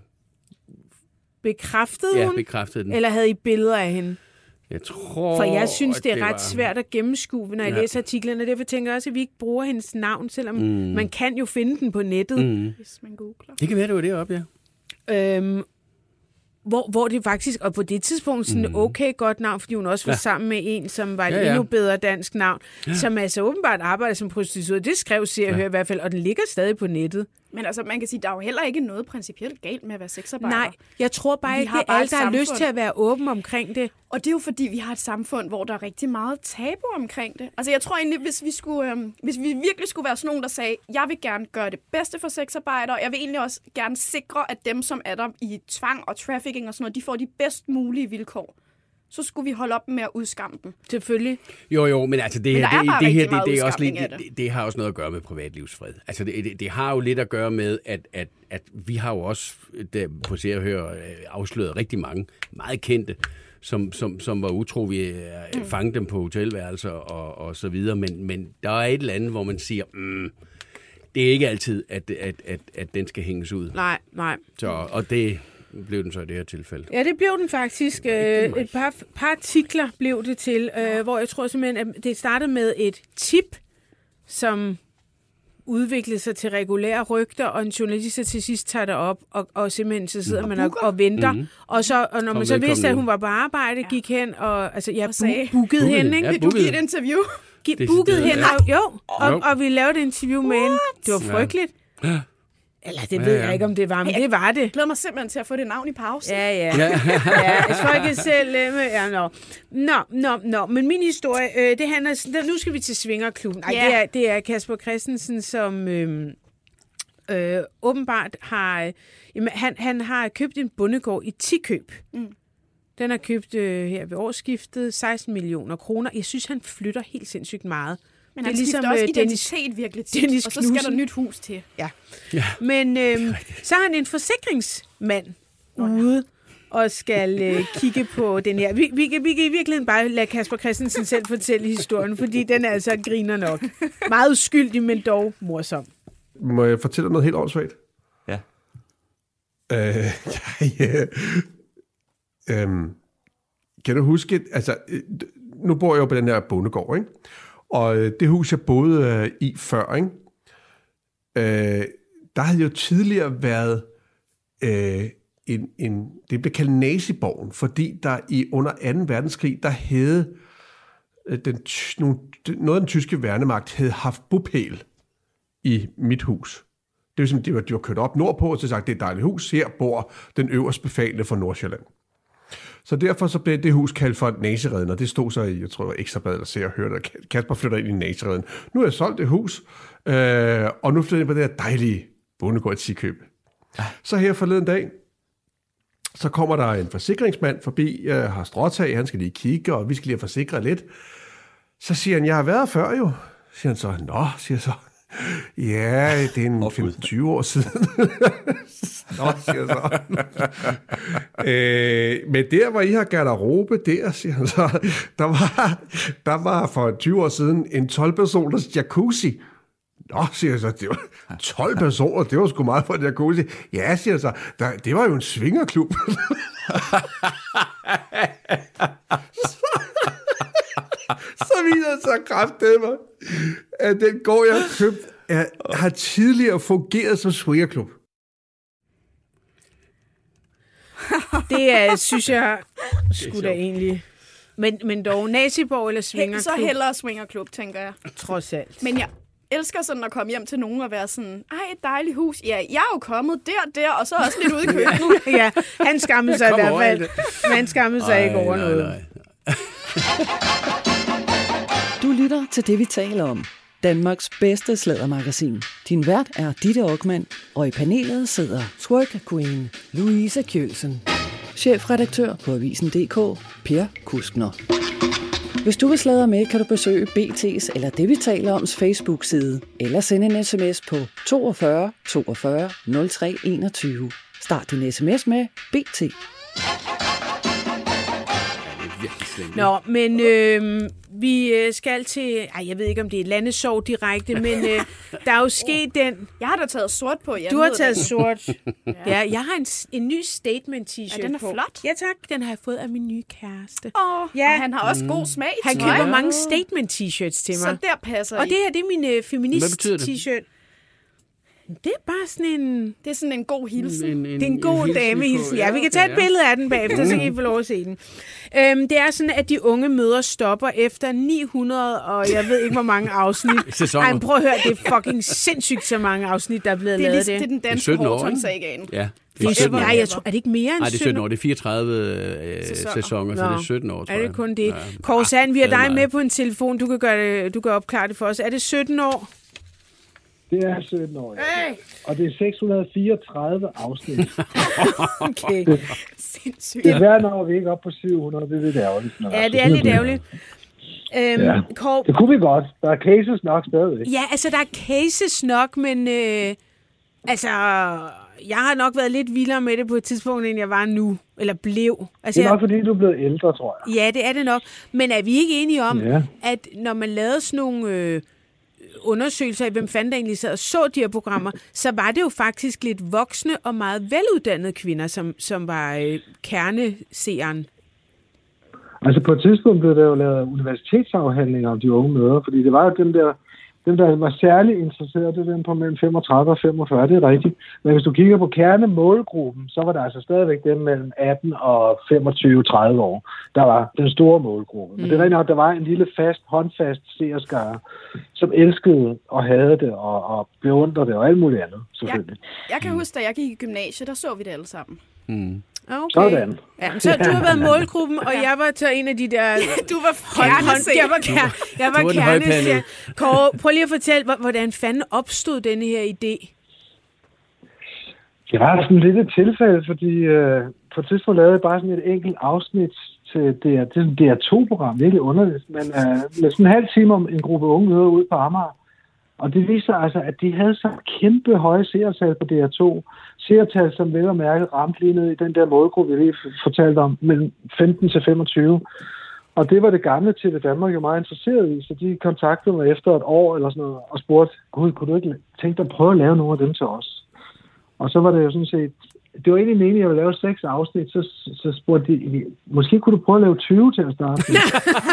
S3: Bekræftede
S4: ja,
S3: hun?
S4: bekræftede den.
S3: Eller havde I billeder af hende?
S4: Jeg tror...
S3: For jeg synes, det er
S4: det
S3: ret
S4: var...
S3: svært at gennemskue, når jeg ja. læser artiklerne. Derfor tænker jeg også, at vi ikke bruger hendes navn, selvom mm. man kan jo finde den på nettet.
S4: Mm.
S5: Hvis man googler.
S4: Det kan være, det var deroppe,
S3: ja. Øhm, hvor, hvor det faktisk, og på det tidspunkt, sådan mm. okay godt navn, fordi hun også var ja. sammen med en, som var et ja, ja. endnu bedre dansk navn, ja. som altså åbenbart arbejder som prostitueret. Det skrev Se og ja. Hør i hvert fald, og den ligger stadig på nettet.
S5: Men altså, man kan sige, der er jo heller ikke noget principielt galt med at være sexarbejder.
S3: Nej, jeg tror bare ikke, det er alle, der har lyst til at være åben omkring det.
S5: Og det er jo fordi, vi har et samfund, hvor der er rigtig meget tabu omkring det. Altså, jeg tror egentlig, hvis vi, skulle, øhm, hvis vi virkelig skulle være sådan nogen, der sagde, jeg vil gerne gøre det bedste for sexarbejdere, jeg vil egentlig også gerne sikre, at dem, som er der i tvang og trafficking og sådan noget, de får de bedst mulige vilkår. Så skulle vi holde op med at udskamme dem.
S3: Selvfølgelig.
S4: Jo, jo, men altså det
S5: men
S4: her, det, det, her det, det, er også lidt,
S5: det.
S4: Det, det har også noget at gøre med privatlivsfred. Altså det, det, det har jo lidt at gøre med, at, at, at vi har jo også der på Se og Hør afsløret rigtig mange meget kendte, som, som, som var utro. Vi mm. fangede dem på hotelværelser og, og så videre, men, men der er et eller andet, hvor man siger, mm, det er ikke altid, at, at, at, at den skal hænges ud.
S3: Nej, nej.
S4: Så, og det... blev den så i det her tilfælde?
S3: Ja, det blev den faktisk. Et par, par artikler blev det til, øh, hvor jeg tror simpelthen, at det startede med et tip, som udviklede sig til regulære rygter, og en journalist til sidst tager det op, og, og simpelthen så sidder man og, og venter. Mm-hmm. Og, så, og når man så vidste, at hun var på arbejde, ja. gik hen, og altså, jeg bu- bookede hende, ikke?
S5: Ja, du give et interview?
S3: G- bookede hende, og, jo, og, og vi lavede et interview med hende. Det var frygteligt. Ja. Eller det ved ja, ja. jeg ikke, om det var, men hey, det var det. Jeg
S5: glæder mig simpelthen til at få det navn i pause.
S3: Ja, ja. ja, hvis folk kan selv... Ja, nå. Nå, nå, nå. Men min historie, øh, det handler... Nu skal vi til Svingerklubben. Ej, yeah. det, er, det er Kasper Christensen, som øh, øh, åbenbart har... Jamen, han, han har købt en bondegård i Tikøb. Mm. Den har købt øh, her ved årsskiftet seksten millioner kroner. Jeg synes, han flytter helt sindssygt meget.
S5: Men han ligesom, skifter også identitet Dennis, virkelig tit, Dennis og så skal der nyt hus til.
S3: Ja. ja. Men øhm, så har han en forsikringsmand oh, ude ja. og skal øh, kigge på den her. Vi, vi, vi kan i virkeligheden bare lade Kasper Christensen selv fortælle historien, fordi den er altså griner nok. Meget uskyldig, men dog morsom.
S8: Må jeg fortælle noget helt åndssvagt?
S7: Ja.
S8: Øh, ja, ja. Øhm, kan du huske, altså, nu bor jeg jo på den her bondegård, ikke? Og det hus, jeg boede øh, i før, ikke? Øh, der havde jo tidligere været øh, en, en, det blev kaldt Naziborgen, fordi der i under anden verdenskrig, der havde øh, den, nogle, noget af den tyske værnemagt havde haft bopæl i mit hus. Det var som, de var, de var kørt op nordpå, og så sagt, det er et dejligt hus, her bor den øverste befalende for Nordsjælland. Så derfor så blev det hus kaldt for Nazireden, og det stod så i, jeg tror, det var Ekstrabladet, eller ser og hørte, at Kasper flytter ind i Nazireden. Nu har jeg solgt det hus, øh, og nu flytter jeg ind på det her dejlige bondegård i Tikøb. Ja. Så her forleden dag, så kommer der en forsikringsmand forbi, jeg har stråtag, han skal lige kigge, og vi skal lige have forsikret lidt. Så siger han, jeg har været før jo. Siger han så, nå, siger så. Ja, det er en femten til tyve år siden. Nå, siger så. øh, men der, hvor I har garderobe, der, siger han så, der var, der var for tyve år siden en tolv-personers jacuzzi. Nå, siger så, det var tolv personer, det var sgu meget for en jacuzzi. Ja, siger så, der, det var jo en svingerklub. Så viser det sig kraftedeme, at den gård, jeg har købt, er, har tidligere fungeret som swingerklub.
S3: Det er, synes jeg, skulle da egentlig... Men, men dog, Naziborg eller swingerklub?
S5: Så hellere swingerklub, tænker jeg.
S3: Trods alt.
S5: Men jeg elsker sådan at komme hjem til nogen og være sådan, ej, et dejligt hus. Ja, jeg er jo kommet der, der, og så også lidt ude i køkkenet.
S3: Ja, han skammede sig i hvert fald. Men han skammede sig ikke over
S4: nej,
S3: noget.
S4: Nej.
S2: Du lytter til det, vi taler om. Danmarks bedste sladdermagasin. Din vært er Ditte Okman, og i panelet sidder
S6: Twerk Queen, Louise Kjølsen.
S2: chefredaktør på Avisen punktum d k, Per Kuskner. Hvis du vil sladre med, kan du besøge B T's eller det, vi taler oms Facebook-side, eller sende en sms på toogfyrre toogfyrre nul tre enogtyve. Start din sms med B T.
S3: Nå, men øh, vi skal til... Ej, jeg ved ikke, om det er et landesorg direkte, men øh, der er jo sket den...
S5: Jeg har da taget sort på. Jeg
S3: du har
S5: ved
S3: taget
S5: det.
S3: sort. Ja, jeg har en, en ny statement-t-shirt
S5: Ja, den er
S3: på.
S5: flot.
S3: Ja, tak. Den har jeg fået af min nye kæreste.
S5: Åh,
S3: Ja.
S5: og han har også god smag. i
S3: Han
S5: tøj.
S3: køber mange statement-t-shirts til mig.
S5: Så der passer
S3: Og
S5: I.
S3: det her, det er min øh,
S4: Hvad betyder det?
S3: feminist-t-shirt. Det er bare sådan en...
S5: Det er sådan en god hilsen.
S4: En, en,
S3: Det er en god
S4: hilsen
S3: damehilsen.
S4: på-
S3: Ja, vi kan tage et
S4: okay,
S3: billede af den bagefter, så kan I få lov at se den. Øhm, det er sådan, at de unge møder stopper efter ni hundrede, og jeg ved ikke, hvor mange afsnit.
S4: Sæsoner.
S3: Ej, men prøv at høre, det er fucking sindssygt, så mange afsnit, der er blevet
S5: Det er,
S3: lavet
S5: ligesom,
S3: det.
S5: det er den danske
S4: sytten år, ikke?
S5: Horton-sagaen.
S4: Ja, det
S3: Det
S4: er
S3: er,
S4: sytten år.
S3: nej, jeg tror, er det ikke mere end
S4: Nej, det er sytten år. Det er fireogtredive øh,
S5: Sæsoner.
S4: sæsoner, så
S3: Nå.
S4: det er sytten år, tror
S3: Er
S4: jeg.
S3: det kun det?
S4: Ja.
S3: Kåre Sand, vi har
S4: det er
S3: dig med
S4: meget.
S3: på en telefon. Du kan, gøre det, du kan opklare det for os. Er det sytten år?
S9: Det er sytten år, ja. Og det er seks hundrede og fireogtredive afsnit.
S3: Okay.
S5: Sindssygt.
S9: Det er hver år, vi er ikke oppe på syv hundrede. Det er lidt ærgerligt.
S3: Ja, det er lidt ærgerligt. Øhm,
S9: Ja.
S3: Kåre,
S9: Det kunne vi godt. Der er cases nok stadigvæk.
S3: ja, altså, der er cases nok, men øh, altså, jeg har nok været lidt vildere med det på et tidspunkt, end jeg var nu, eller blev. Altså,
S9: Det er
S3: jeg,
S9: nok, fordi du er blevet ældre, tror jeg.
S3: ja, det er det nok. Men er vi ikke enige om,
S9: Ja.
S3: at når man lavede sådan nogle øh, undersøgelser af, hvem fanden der egentlig sad og så de her programmer, så var det jo faktisk lidt voksne og meget veluddannede kvinder, som, som var øh, kerneseeren.
S9: Altså på et tidspunkt blev der jo lavet universitetsafhandlinger om de unge mødre, fordi det var jo dem der, dem der var særligt interesserede, det var dem på mellem femogtredive og femogfyrre, det er rigtigt. Men hvis du kigger på kernemålgruppen, så var der altså stadigvæk dem mellem atten og femogtyve til tredive år, der var den store målgruppe. Men det er rigtigt nok, der var en lille fast, håndfast seerskare, som elskede og havde det og, og beundrede det og alt muligt andet, selvfølgelig.
S5: Jeg kan huske, da jeg gik i gymnasiet, der så vi det alle sammen.
S4: Mm.
S3: Okay.
S9: Sådan.
S3: Ja, så du har været målgruppen, og jeg var til en af de der...
S5: Du var
S3: Kerne, jeg var, ker, jeg var
S4: Du var den
S3: kerne.
S4: højpandede.
S3: Kåre, prøv lige at fortælle, hvor- hvordan fanden opstod denne her idé?
S9: Det var sådan lidt et tilfælde, fordi øh, på et tidspunkt lavede jeg bare sådan et enkelt afsnit til D R, det er sådan et D R to-program, virkelig underligt, men øh, med sådan en halv time om en gruppe unge møder ude på Amager. Og det viste sig altså, at de havde så kæmpe høje seertal på D R to. Seertal, som vel og mærket ramte lige ned i den der målgruppe, vi lige fortalte om, mellem femten til femogtyve. Og det var det gamle T V Danmark jo meget interesseret i, så de kontaktede mig efter et år eller sådan noget, og spurgte, gud, kunne du ikke tænke dig at prøve at lave nogle af dem til os? Og så var det jo sådan set, det var egentlig meningen, at jeg ville lave seks afsnit, så, så spurgte de, måske kunne du prøve at lave tyve til at starte med.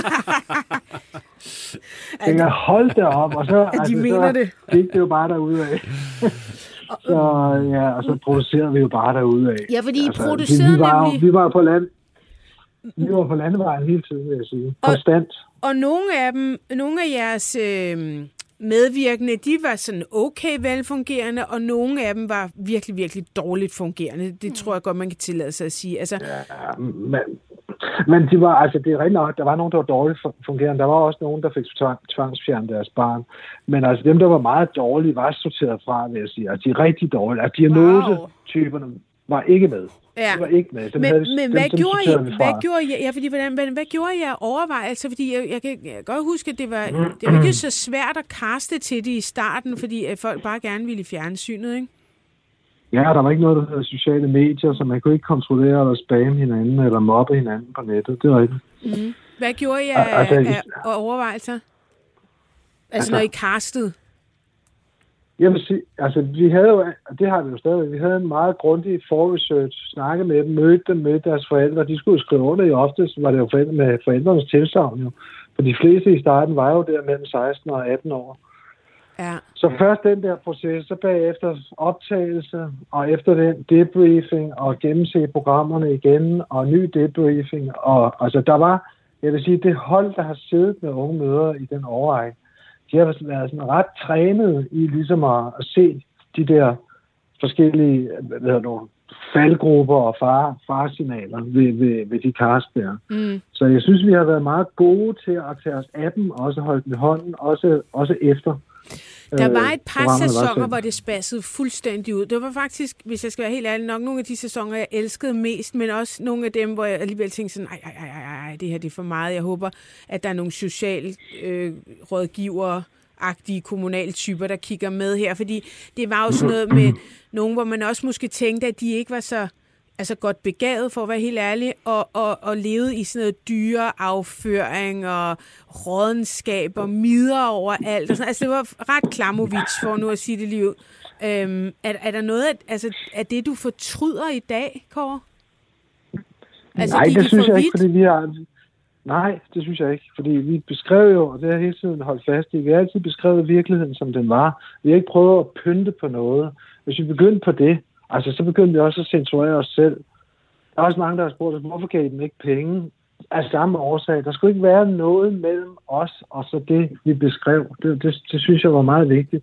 S9: Jeg tænker, hold da op, og så,
S3: de mener
S9: så
S3: det.
S9: gik det jo bare derudad. Så ja, og så producerede vi jo bare derudad.
S3: Ja, fordi I
S9: Altså,
S3: producerede
S9: vi, var,
S3: nemlig-
S9: vi var på land. Vi var på landevejen hele tiden, vil jeg sige. Konstant.
S3: Og nogle af dem, nogle af jeres øh, medvirkende, de var sådan okay velfungerende, og nogle af dem var virkelig, virkelig dårligt fungerende. Det tror jeg godt, man kan tillade sig at sige. Altså,
S9: Ja, men, men de var, altså, det er rigtig nok, der var nogen, der var dårligt fungerende. Der var også nogen, der fik tvang, tvangsfjernet deres barn. Men altså dem, der var meget dårlige, var sorteret fra, vil jeg sige. Altså de er rigtig dårlige. Altså diagnosetyperne var ikke med.
S3: ja.
S9: De var ikke med. Dem
S3: Men,
S9: havde,
S3: men
S9: dem,
S3: hvad,
S9: dem
S3: gjorde
S9: sorterede
S3: I,
S9: vi fra.
S3: hvad gjorde I, ja, fordi, hvordan, hvad, hvad gjorde I af overvejelser? Fordi jeg, jeg, kan, jeg kan godt huske, at det var, det var ikke så svært at kaste til det i starten, fordi at folk bare gerne ville i fjernsynet, ikke?
S9: Ja, der var ikke noget, der hedder sociale medier, så man kunne ikke kontrollere eller spamme hinanden eller mobbe hinanden på nettet. Det var ikke.
S3: Mm. Hvad gjorde I af,
S9: Altså,
S3: af, af overvejelser? Altså, altså når I castede?
S9: Jeg vil sige, altså vi havde jo, det har vi jo stadig, vi havde en meget grundig forresearch, snakke med dem, mødte dem, mødte deres forældre, de skulle jo skrive under i ofte, så var det jo forældre med forældrenes tilsagn jo For de fleste i starten var jo der mellem seksten og atten år.
S3: Ja.
S9: Så først den der proces, så bagefter optagelse, og efter den debriefing, og gennemse programmerne igen, og ny debriefing. Og altså, der var, jeg vil sige, det hold, der har siddet med unge mødre i den årrække, de har været sådan ret trænet i ligesom at, at se de der forskellige, hvad hedder det, faldgrupper og far, farsignaler ved, ved, ved de Carlsberg. Mm. Så jeg synes, vi har været meget gode til at tage os af dem, og også holde dem i hånden, også, også efter.
S3: Der var et par sæsoner, hvor det spassede fuldstændig ud. Det var faktisk, hvis jeg skal være helt ærlig, nok nogle af de sæsoner, jeg elskede mest, men også nogle af dem, hvor jeg alligevel tænkte sådan, ej, ej, ej, ej, det her det er for meget. Jeg håber, at der er nogle socialrådgivere, øh, agtige kommunale typer, der kigger med her, fordi det var jo sådan noget med nogen, hvor man også måske tænkte, at de ikke var så altså godt begavet, for at være helt ærlig, og, og, og levede i sådan noget dyre afføring og rådenskab og midder over alt. Og sådan. Altså det var ret Klamovich, for nu at sige det lige ud. Øhm, er, er der noget af, altså, af det, du fortryder i dag, Kåre? Altså,
S9: Nej, det synes jeg
S3: vidt?
S9: ikke, fordi vi har... Nej, det synes jeg ikke, fordi vi beskrev jo, og det har jeg hele tiden holdt fast i, vi har altid beskrevet virkeligheden, som den var. Vi har ikke prøvet at pynte på noget. Hvis vi begyndte på det, altså så begyndte vi også at censurere os selv. Der er også mange, der har spurgt os, hvorfor gav I dem ikke penge? Af samme årsag. Der skulle ikke være noget mellem os og så det, vi beskrev. Det, det, det synes jeg var meget vigtigt.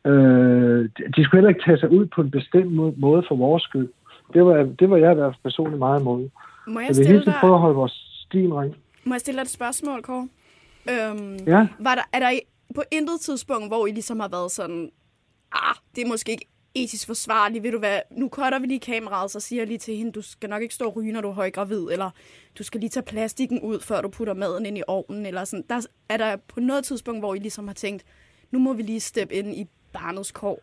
S9: Øh, de skulle heller ikke tage sig ud på en bestemt måde for vores skyld. Det var, det var jeg i hvert fald personligt meget imod.
S5: Må jeg
S9: så vi
S5: stille
S9: hele prøve at holde vores stil ren.
S5: Må jeg stille dig et spørgsmål, Kåre? Øhm,
S9: ja.
S5: Var der, er der på intet tidspunkt, hvor I ligesom har været sådan, ah, det er måske ikke etisk forsvarligt, ved du hvad, nu cutter vi lige kameraet, så siger jeg lige til hende, du skal nok ikke stå og ryge, når du er højgravid, eller du skal lige tage plastikken ud, før du putter maden ind i ovnen, eller sådan. Der, er der på noget tidspunkt, hvor I ligesom har tænkt, nu må vi lige steppe ind i barnets kår?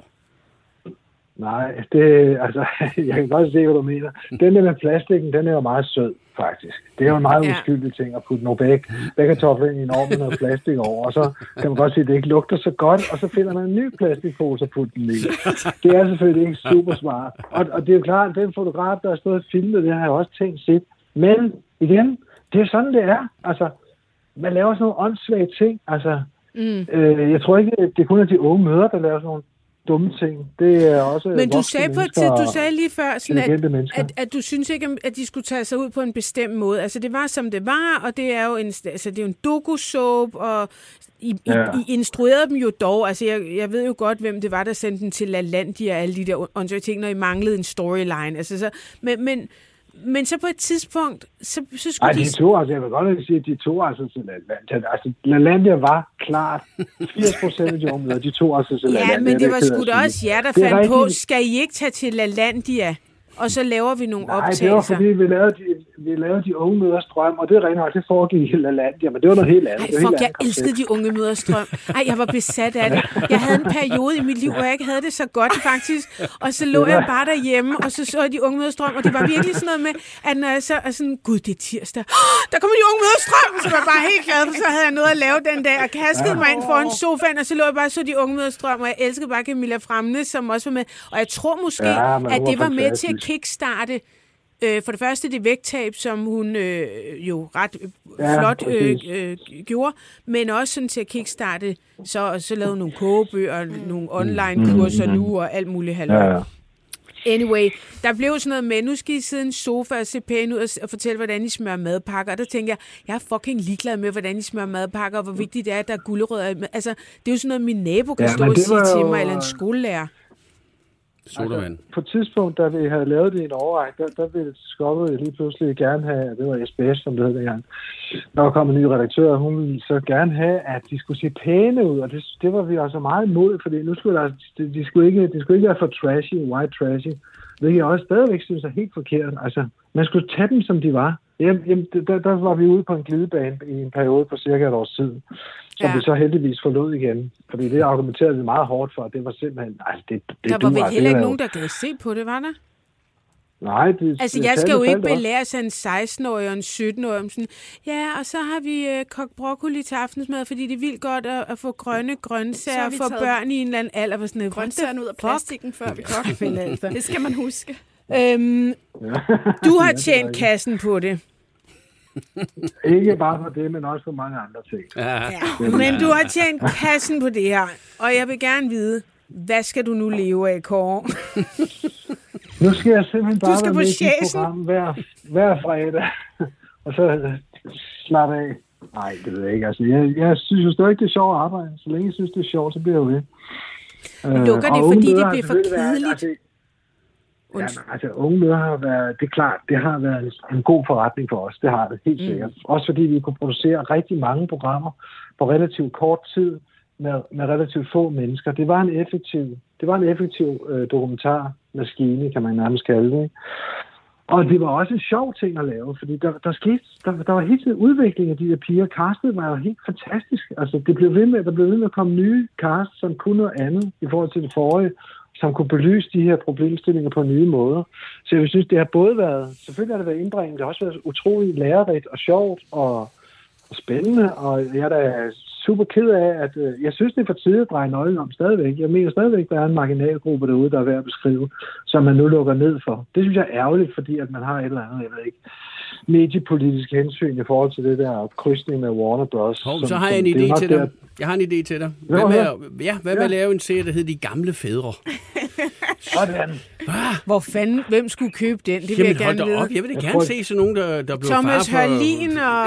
S9: Nej, det, altså, jeg kan godt se, hvad du mener. Den der med plastikken, den er jo meget sød, faktisk. Det er jo en meget ja. uskyldig ting at putte nogle bæk, bækkartofler ind i en ovn med noget plastik over, og så kan man godt se, at det ikke lugter så godt, og så finder man en ny plastikpose at putte den i. Det er selvfølgelig ikke super smart. Og, og det er jo klart, at den fotograf, der har stået og filmet, det har jeg også tænkt sit. Men igen, det er sådan, det er. Altså, man laver sådan nogle åndssvage ting. Altså, mm. øh, jeg tror ikke, det kun er de unge mødre, der laver sådan nogle dumme ting. Det er også
S3: Men du sagde, på, til, du sagde lige før, sådan at, at, at du synes ikke, at de skulle tage sig ud på en bestemt måde. Altså, det var, som det var, og det er jo en, altså, det er jo en doku-soap, og I, ja. I, I instruerede dem jo dog. Altså, jeg, jeg ved jo godt, hvem det var, der sendte den til LaLandia og alle de der åndssvage ting, når I manglede en storyline. Altså, så, men, men Men så på et tidspunkt, så, så skulle
S9: Ej, de... de to, altså jeg vil godt sige, at de to altså til LaLandia. Altså, LaLandia var klart firs procent af de områder, de to altså til LaLandia.
S3: Ja, men det var sgu da også jer, der fandt rigtig... på, skal I ikke tage til LaLandia? Og så laver vi nogle
S9: Nej,
S3: optagelser.
S9: Nej, det var fordi, vi lavede de, vi lavede de unge møders drøm, og det er rent nok, det foregik i LaLandia, men det var noget helt andet.
S3: Ej, fuck, jeg elskede de unge møders drøm. Ej, jeg var besat af det. Jeg havde en periode i mit liv, hvor jeg ikke havde det så godt, faktisk. Og så lå jeg bare derhjemme, og så så jeg de unge møders drøm, og det var virkelig sådan noget med, at når jeg så er sådan, gud, det er tirsdag. Der kommer de unge møders drøm, så var jeg bare helt glad, for så havde jeg noget at lave den dag, og kastede mig ind foran sofaen, og så lå jeg bare så de unge møders drøm, og jeg elskede bare Camilla Framne, som også var med. Og jeg tror måske, ja, at det var med til at kickstarte Øh, for det første det vægttab, som hun øh, jo ret øh, ja, flot øh, øh, gjorde, men også sådan til at kickstarte, så, så lavede hun nogle kogebøger, mm. nogle online-kurser mm. nu og alt muligt halvøj. Ja, ja. Anyway, der blev sådan noget med, nu skal I sidde i en sofa og se pæne ud og fortælle, hvordan I smører madpakker. Og der tænker jeg, jeg er fucking ligeglad med, hvordan I smører madpakker, og hvor vigtigt det er, at der er gulerødder. Altså, det er jo sådan noget, min nabo kan ja, stå og sige til mig, eller en skolelærer.
S9: Altså, på et tidspunkt, da vi havde lavet det i en overræk, der, der ville Skåbet lige pludselig gerne have, det var S B S, som det hed dengang, når der kom en ny redaktør, og hun ville så gerne have, at de skulle se pæne ud, og det, det var vi også meget imod, fordi nu skulle der, de, de, skulle ikke, de skulle ikke være for trashy, white trashy, hvilket jeg også stadigvæk synes er helt forkert. Altså, man skulle tage dem, som de var. Jamen, jamen, der, der var vi ude på en glidebane i en periode på cirka et års tid, som ja. vi så heldigvis forlod igen. Fordi det argumenterede vi meget hårdt for, at det var simpelthen... Altså, det, det
S3: der var vel heller ikke nogen, der gad se på det, var der?
S9: Nej, det...
S3: Altså,
S9: det,
S3: jeg skal jo ikke
S9: belære
S3: belære sig en seksten-årig og en sytten-årig om sådan, ja, og så har vi øh, kogt broccoli til aftensmad, fordi det er vildt godt at, at få grønne grøntsager for børn i en eller anden alder. Sådan,
S5: grøntsagerne ud af plastikken, før vi koger. Det skal man huske.
S3: Øhm, du har tjent kassen på det.
S9: Ikke bare for det, men også for mange andre ting.
S4: Ja.
S3: Ja. Men du har tjent kassen på det her, og jeg vil gerne vide, hvad skal du nu leve af, Kåre?
S9: Nu skal jeg simpelthen bare være
S3: på
S9: med i
S3: chasen.
S9: dit program hver, hver fredag, og så slappe af. Nej, det ved jeg ikke. Altså, jeg, jeg synes jo stadig, det er sjovt at arbejde. Så længe jeg synes, det er sjovt, så bliver jeg jo ved.
S3: Lukker det,
S9: øh,
S3: fordi det
S9: har
S3: bliver for
S9: selvfølgelig været-
S3: kedeligt?
S9: Altså, ja, men, altså, unge møder har været, det er klart, det har været en god forretning for os. Det har det helt sikkert. Mm. Også fordi vi kunne producere rigtig mange programmer på relativt kort tid med, med relativt få mennesker. Det var en effektiv, det var en effektiv øh, dokumentarmaskine, kan man nærmest kalde det. Ikke? Og det var også en sjov ting at lave, fordi der, der, skete, der, der var hele tiden udvikling af de der piger. Castet var jo helt fantastisk. Altså, det blev ved med, der blev ved med at komme nye cast, som kunne noget andet i forhold til det forrige, som kunne belyse de her problemstillinger på nye måder. Så jeg synes, det har både været, selvfølgelig har det været indbringende, det har også været utroligt lærerigt og sjovt og, og spændende, og jeg er da super ked af, at øh, jeg synes, det er for tidligt at dreje nøglen om stadigvæk. Jeg mener stadigvæk, der er en marginalgruppe derude, der er værd at beskrive, som man nu lukker ned for. Det synes jeg er ærgerligt, fordi at man har et eller andet, jeg ved ikke, mediepolitisk hensyn i forhold til det der krydsning med Warner Bros.
S4: Hov,
S9: som,
S4: så har jeg en
S9: som, det er
S4: idé
S9: nok
S4: til
S9: der-
S4: dig. Jeg har en idé til dig.
S9: Ja,
S4: Hvad med,
S9: ja.
S4: at- ja, hvad med at lave en serie, der hedder De Gamle Fædre?
S9: Sådan.
S3: Hvor fanden, hvem skulle købe den? Det vil
S4: Jamen
S3: jeg
S4: hold
S3: gerne
S4: da
S3: vide.
S4: op. Jeg vil da
S9: Jeg
S4: gerne
S9: tror-
S4: se sådan nogen, der, der blev
S3: Thomas
S4: far for...
S3: Hørlin og...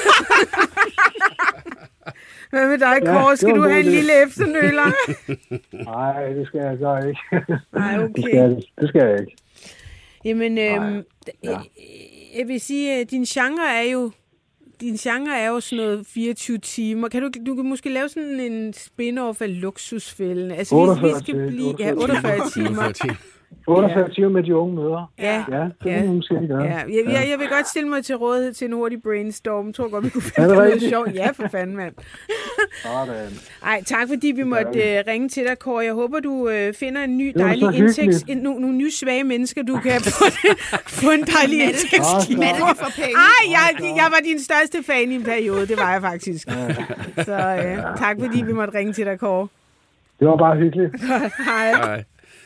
S3: Hvad med dig,
S9: Ja,
S3: Kåre?
S9: det
S3: Skal
S9: var
S3: du
S9: en
S3: have en
S9: god idé.
S3: lille eftermøller?
S9: Nej, det skal jeg så ikke.
S3: Nej,
S9: Det
S3: okay.
S9: skal, jeg- det skal jeg ikke.
S3: Jamen, øhm,
S9: Ja.
S3: ja. jeg vil sige, at din genre er jo... Din genre er jo sådan noget fireogtyve timer. Kan du, du kan måske lave sådan en spin-off af Luksusfælden. Altså, vi, vi
S9: otteogfyrre
S3: skal
S9: til-
S3: blive... Ja, otteogfyrre timer.
S9: otteogfyrre timer med de unge mødre.
S3: Ja,
S9: Ja, det
S3: ja.
S9: kan man måske gøre.
S3: Ja, jeg, jeg, jeg vil godt stille mig til rådighed til en hurtig brainstorm. Jeg tror godt, vi kunne
S9: Er
S3: finde
S9: det
S3: noget
S9: rigtigt?
S3: sjovt. Ja, for fanden, mand.
S9: Sådan.
S3: Ej, tak fordi vi måtte øh, ringe til dig, Kåre. Jeg håber, du øh, finder en ny
S9: var
S3: dejlig
S9: så
S3: indtægts...
S9: hyggeligt.
S3: En, no, nogle nye svage mennesker, du kan få, få en dejlig indtægtskilde.
S5: Hvad er det for penge?
S3: Ej, jeg, jeg var din største fan i en periode. Det var jeg faktisk. Så øh, tak fordi vi måtte ringe til dig, Kåre.
S9: Det var bare hyggeligt.
S3: Hej.
S4: Nej.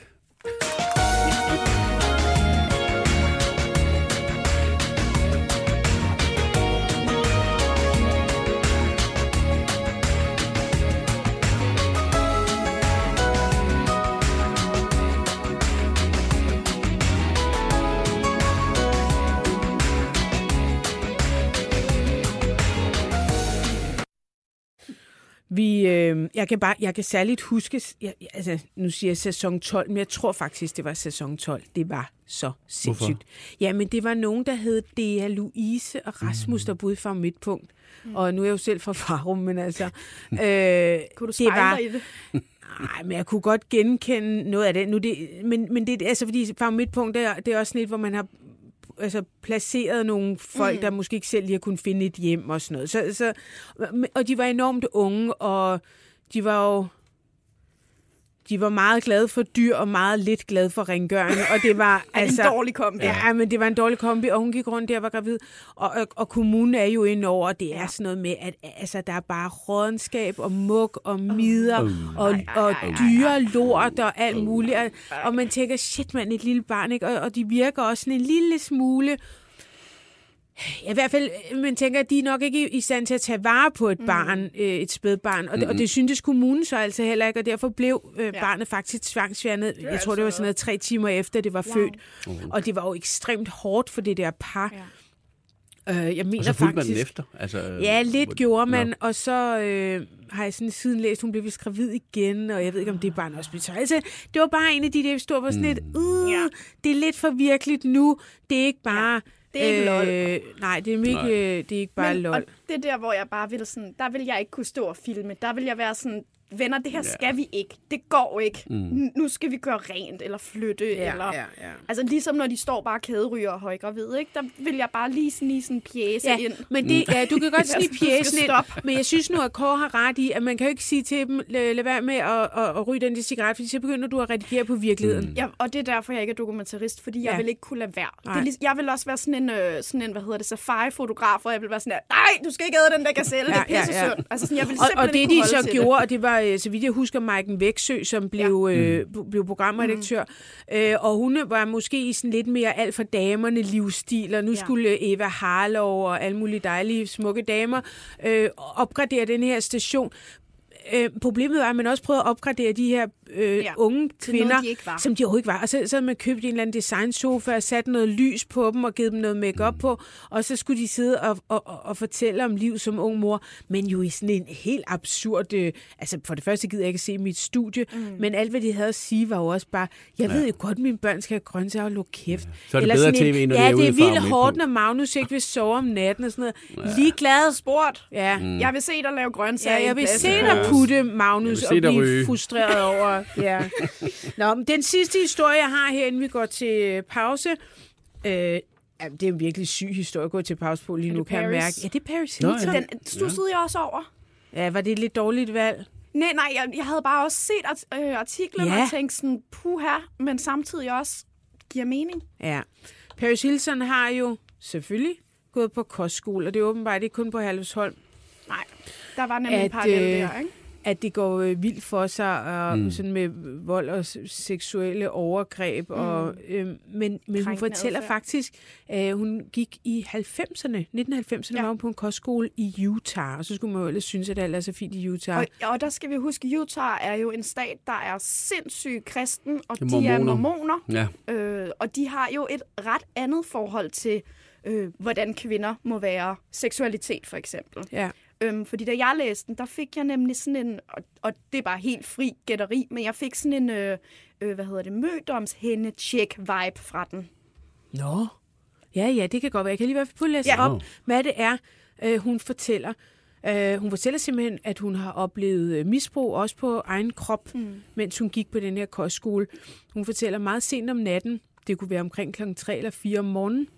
S3: Vi, øh, jeg kan bare, jeg kan særligt huske, jeg, altså, nu siger jeg sæson tolv, men jeg tror faktisk, det var sæson tolv. Det var så sindssygt. Jamen, det var nogen, der hed Dea, Louise og Rasmus, der boede fra Midtpunkt. Mm. Og nu er jeg jo selv fra Farum, men altså... Øh,
S5: Kunne du
S3: det
S5: spejle
S3: var,
S5: dig i det?
S3: Nej, men jeg kunne godt genkende noget af det. Nu det men, men det er altså, fordi Farum Midtpunkt, det er, det er også sådan et, hvor man har altså placeret nogle folk, mm. der måske ikke selv lige har kunnet finde et hjem og sådan noget. Så, så, og de var enormt unge, og de var jo de var meget glade for dyr og meget lidt glade for rengøring, og det var
S5: altså en dårlig kombi.
S3: Ja, men det var en dårlig kombi, og hun gik rundt der og var gravid, og, og, og kommunen er jo inde over, og det er sådan noget med, at altså, der er bare rådenskab og mug og mider uh. og, og dyre lort og alt muligt, og, og man tænker, shit man, et lille barn, ikke? Og, og de virker også sådan en lille smule... Ja, i hvert fald, man tænker, at de er nok ikke i stand til at tage vare på et barn, mm. øh, et spædbarn, og det, og det syntes kommunen så altså heller ikke, og derfor blev øh, ja. barnet faktisk tvangsfjernet. Jeg altså... tror, det var sådan noget tre timer efter, det var wow. født, uh. og det var jo ekstremt hårdt for det der par. Ja. Øh, jeg mener
S4: og så fulgte
S3: faktisk,
S4: man den efter? Altså,
S3: ja, lidt hvor... gjorde man,
S4: Nå.
S3: og så øh, har jeg sådan siden læst, hun blev vist gravid igen, og jeg ved ikke, om det er barn også bliver tøj. Altså, det var bare en af de der, vi stod på sådan mm. lidt, uh, ja. det er lidt for virkeligt nu, det er ikke bare... Ja.
S5: Det er ikke lol.
S3: Øh, nej, det er, ikke, det er ikke bare
S5: Men,
S3: lol.
S5: Og det er der, hvor jeg bare vil sådan, der vil jeg ikke kunne stå og filme. Der vil jeg være sådan, venner, det her ja. skal vi ikke. Det går ikke. Mm. Nu skal vi gøre rent, eller flytte,
S3: ja,
S5: eller...
S3: Ja, ja.
S5: Altså ligesom når de står bare kæderyger og højgravide, ikke? Der vil jeg bare lige snige sådan en pjæse
S3: ja,
S5: ind.
S3: Men det, ja, du kan godt snige pjæsen ind, men jeg synes nu, at Kåre har ret i, at man kan jo ikke sige til dem, lad, lad være med at, at, at ryge den der cigaret, fordi så begynder du at redigere på virkeligheden.
S5: Mm. Ja, og det er derfor, jeg ikke er dokumentarist, fordi jeg ja. vil ikke kunne lade være. Det er lige, jeg vil også være sådan en, øh, sådan en hvad hedder det, safari-fotograf, og jeg vil være sådan der, nej, du skal ikke æde den der gazelle, ja, det er pisse ja, ja. synd. Altså sådan, jeg vil
S3: og, og det de så gjorde, og det var var, øh, så vidt jeg husker, Maiken Væksø, som blev, ja. øh, blev programredaktør. Mm. Øh, og hun var måske i sådan lidt mere alt for damerne livsstil, og nu ja. skulle Eva Harlov og alle mulige dejlige, smukke damer øh, opgradere den her station. Øh, problemet var, at man også prøvede at opgradere de her øh, ja, unge kvinder, noget, de som de overhovedet ikke var. Og så, så havde man købt en eller anden designsofa og sat noget lys på dem og givet dem noget make-up på, og så skulle de sidde og, og, og, og fortælle om liv som ung mor, men jo i sådan en helt absurd... Øh, altså for det første gider jeg ikke se mit studie, mm. men alt, hvad de havde at sige, var jo også bare, jeg ja. ved jo godt, at mine børn skal have grøntsager og lukke kæft. Ja.
S4: Så er det eller bedre tv, når
S3: ja,
S4: det er
S3: det er vildt hårdt, når Magnus ikke vil sove om natten og sådan noget. Ja. Ligeglad.
S5: Sport.
S3: Ja.
S5: Mm. Jeg vil se dig lave grøntsager.
S3: Ja, jeg vil se dig putte Magnus og blive ryge. frustreret over. Ja. Nå, men den sidste historie, jeg har her, inden vi går til pause, øh, ja, det er en virkelig syg historie at gå til pause på lige nu, kan jeg mærke. Ja, det er Paris Hilton.
S5: Nå, ja. Den stussede jeg også over.
S3: Ja, var det et lidt dårligt valg?
S5: Nej, nej, jeg, jeg havde bare også set art, øh, artiklen ja. og tænkt sådan, puha, men samtidig også giver mening.
S3: Ja. Paris Hilton har jo selvfølgelig gået på kostskole, og det er åbenbart ikke kun på Herlufsholm.
S5: Nej, der var nemlig at, en parallel øh, der, ikke?
S3: At det går øh, vildt for sig, og mm. sådan med vold og seksuelle overgreb. Mm. Og, øh, men men hun fortæller adfærd. faktisk, at øh, hun gik i halvfemserne, nitten halvfemserne, ja. var hun på en kostskole i Utah. Og så skulle man jo ellers synes, at det er så fint i Utah.
S5: Og, og der skal vi huske, Utah er jo en stat, der er sindssygt kristen, og
S4: de
S5: mormoner. er mormoner.
S4: Ja.
S5: Øh, og de har jo et ret andet forhold til, øh, hvordan kvinder må være. Seksualitet, for eksempel. Ja. Øhm, fordi da jeg læste den, der fik jeg nemlig sådan en, og, og det er bare helt fri gætteri, men jeg fik sådan en, øh, øh, hvad hedder det, mødomshænde-check-vibe fra den.
S3: Nå, ja, ja, det kan godt være. Jeg kan lige være på at læse ja. op, hvad det er, øh, hun fortæller. Øh, hun fortæller simpelthen, at hun har oplevet misbrug, også på egen krop, mm. mens hun gik på den her kostskole. Hun fortæller meget sent om natten, det kunne være omkring klokken tre eller fire om morgenen,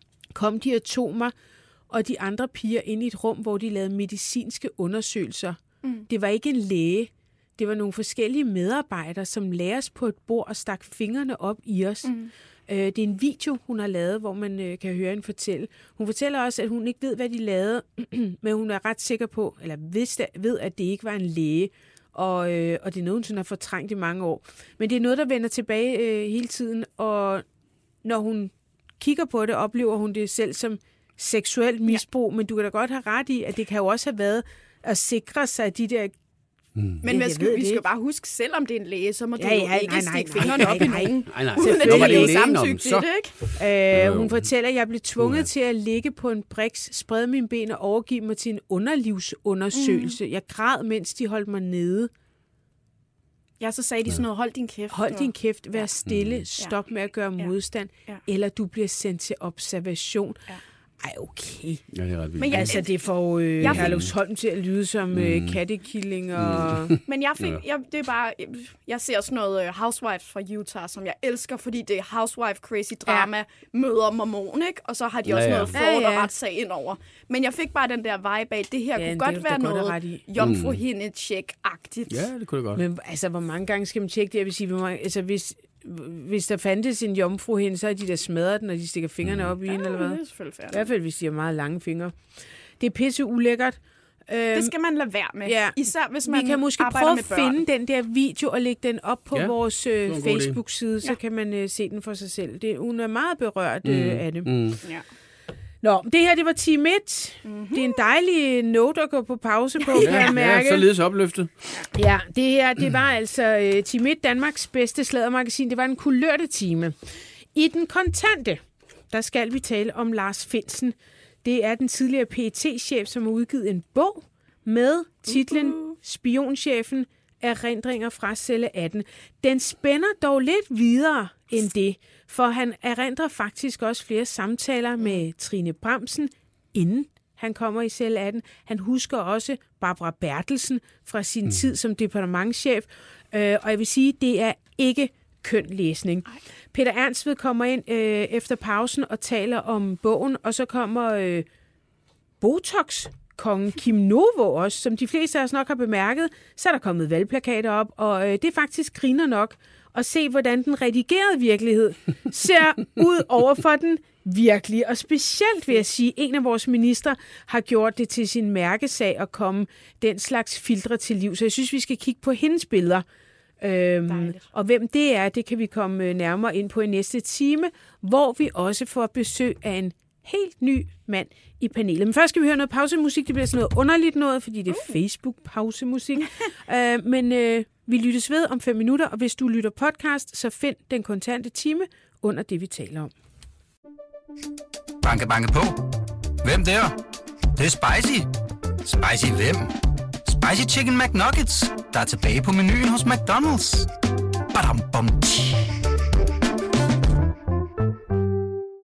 S3: kom de og tog mig, og de andre piger ind i et rum, hvor de lavede medicinske undersøgelser. Mm. Det var ikke en læge. Det var nogle forskellige medarbejdere, som lagde os på et bord og stak fingrene op i os. Mm. Øh, det er en video, hun har lavet, hvor man øh, kan høre hende fortælle. Hun fortæller også, at hun ikke ved, hvad de lavede, men hun er ret sikker på, eller vidste, ved, at det ikke var en læge. Og, øh, og det er noget, hun har fortrængt i mange år. Men det er noget, der vender tilbage øh, hele tiden, og når hun kigger på det, oplever hun det selv som seksuelt misbrug, ja. men du kan da godt have ret i, at det kan jo også have været at sikre sig de der...
S5: Mm. Men hvad skal, vi skal bare huske, selvom det er en læge, så må ja, du
S3: ja,
S5: ikke
S3: nej, nej,
S5: stikke fingrene
S3: nej,
S5: op i
S3: nej,
S5: nogen.
S4: Nej, nej.
S5: Uden at
S4: det
S5: det
S4: er
S5: samtykke til det, ikke?
S3: Øh, hun fortæller, at jeg blev tvunget uh. til at ligge på en briks, sprede mine ben og overgive mig til en underlivsundersøgelse. Mm. Jeg græd, mens de holdt mig nede.
S5: Ja, så sagde de sådan noget, hold din kæft.
S3: Hold din kæft, vær stille, stop med at gøre modstand, ja. eller du bliver sendt til observation. Ja. Ej, okay.
S4: Ja, det er ret vildt.
S3: Men jeg, altså, det får øh, Herlufsholm til at lyde som mm. øh, kattekilling og...
S5: Mm. Men jeg fik, jeg, det er bare, jeg ser sådan noget Housewives fra Utah, som jeg elsker, fordi det er housewife crazy drama, ja. møder mormon, ikke? Og så har de også ja, ja. noget fraud ja, ja. og retssag indover. Men jeg fik bare den der vibe af, det her ja, kunne godt være noget jomfruhinde-check-agtigt.
S4: Ja, det kunne det godt.
S3: Men altså, hvor mange gange skal man tjekke det? Jeg vil sige, hvor mange, altså, hvis... Hvis der fandtes en jomfruhinde, så er de der smadret den, når de stikker fingrene op i hende, eller hvad?
S5: Det er selvfølgelig færdigt.
S3: I hvert fald, hvis de har meget lange fingre. Det er pisse ulækkert.
S5: Det skal man lade være med. Ja. Især hvis man
S3: Vi kan måske prøve at finde den der video og lægge den op på ja. vores øh, Facebook-side, så ja. kan man øh, se den for sig selv. Det, hun er meget berørt mm. øh, af det. Mm. Ja. Nå, det her, det var Team et. Mm-hmm. Det er en dejlig note at gå på pause på,
S4: ja,
S3: kan jeg mærke.
S4: Ja, således opløftet.
S3: Ja, det her, det var altså uh, Team et, Danmarks bedste sladdermagasin. Det var en kulørte time. I den kontante, der skal vi tale om Lars Findsen. Det er den tidligere P E T-chef, som har udgivet en bog med titlen uh-huh. Spionchefen, erindringer fra celle atten. Den spænder dog lidt videre end det, for han erindrer faktisk også flere samtaler med Trine Bramsen, inden han kommer i celle atten. Han husker også Barbara Bertelsen fra sin mm. tid som departementschef, øh, og jeg vil sige, det er ikke køn læsning. Ej. Peter Ernstved kommer ind øh, efter pausen og taler om bogen, og så kommer øh, Botox kongen Kim Novo også, som de fleste af os nok har bemærket, så er der kommet valgplakater op, og øh, det er faktisk griner nok at se, hvordan den redigerede virkelighed ser ud over for den Virkelig, og specielt vil jeg sige, en af vores minister har gjort det til sin mærkesag at komme den slags filtre til liv. Så jeg synes, vi skal kigge på hendes billeder. Øhm, og hvem det er, det kan vi komme nærmere ind på i næste time, hvor vi også får besøg af en helt ny mand i panelet. Men først skal vi høre noget pausemusik. Det bliver sådan noget underligt noget, fordi det er Facebook-pausemusik. øh, men øh, vi lyttes ved om fem minutter, og hvis du lytter podcast, så find den kontante time under det, vi taler om.
S1: Banke, banke på. Hvem der? Det, det er spicy. Spicy hvem? Spicy Chicken McNuggets, der er tilbage på menuen hos McDonald's. Badum, bom, tji.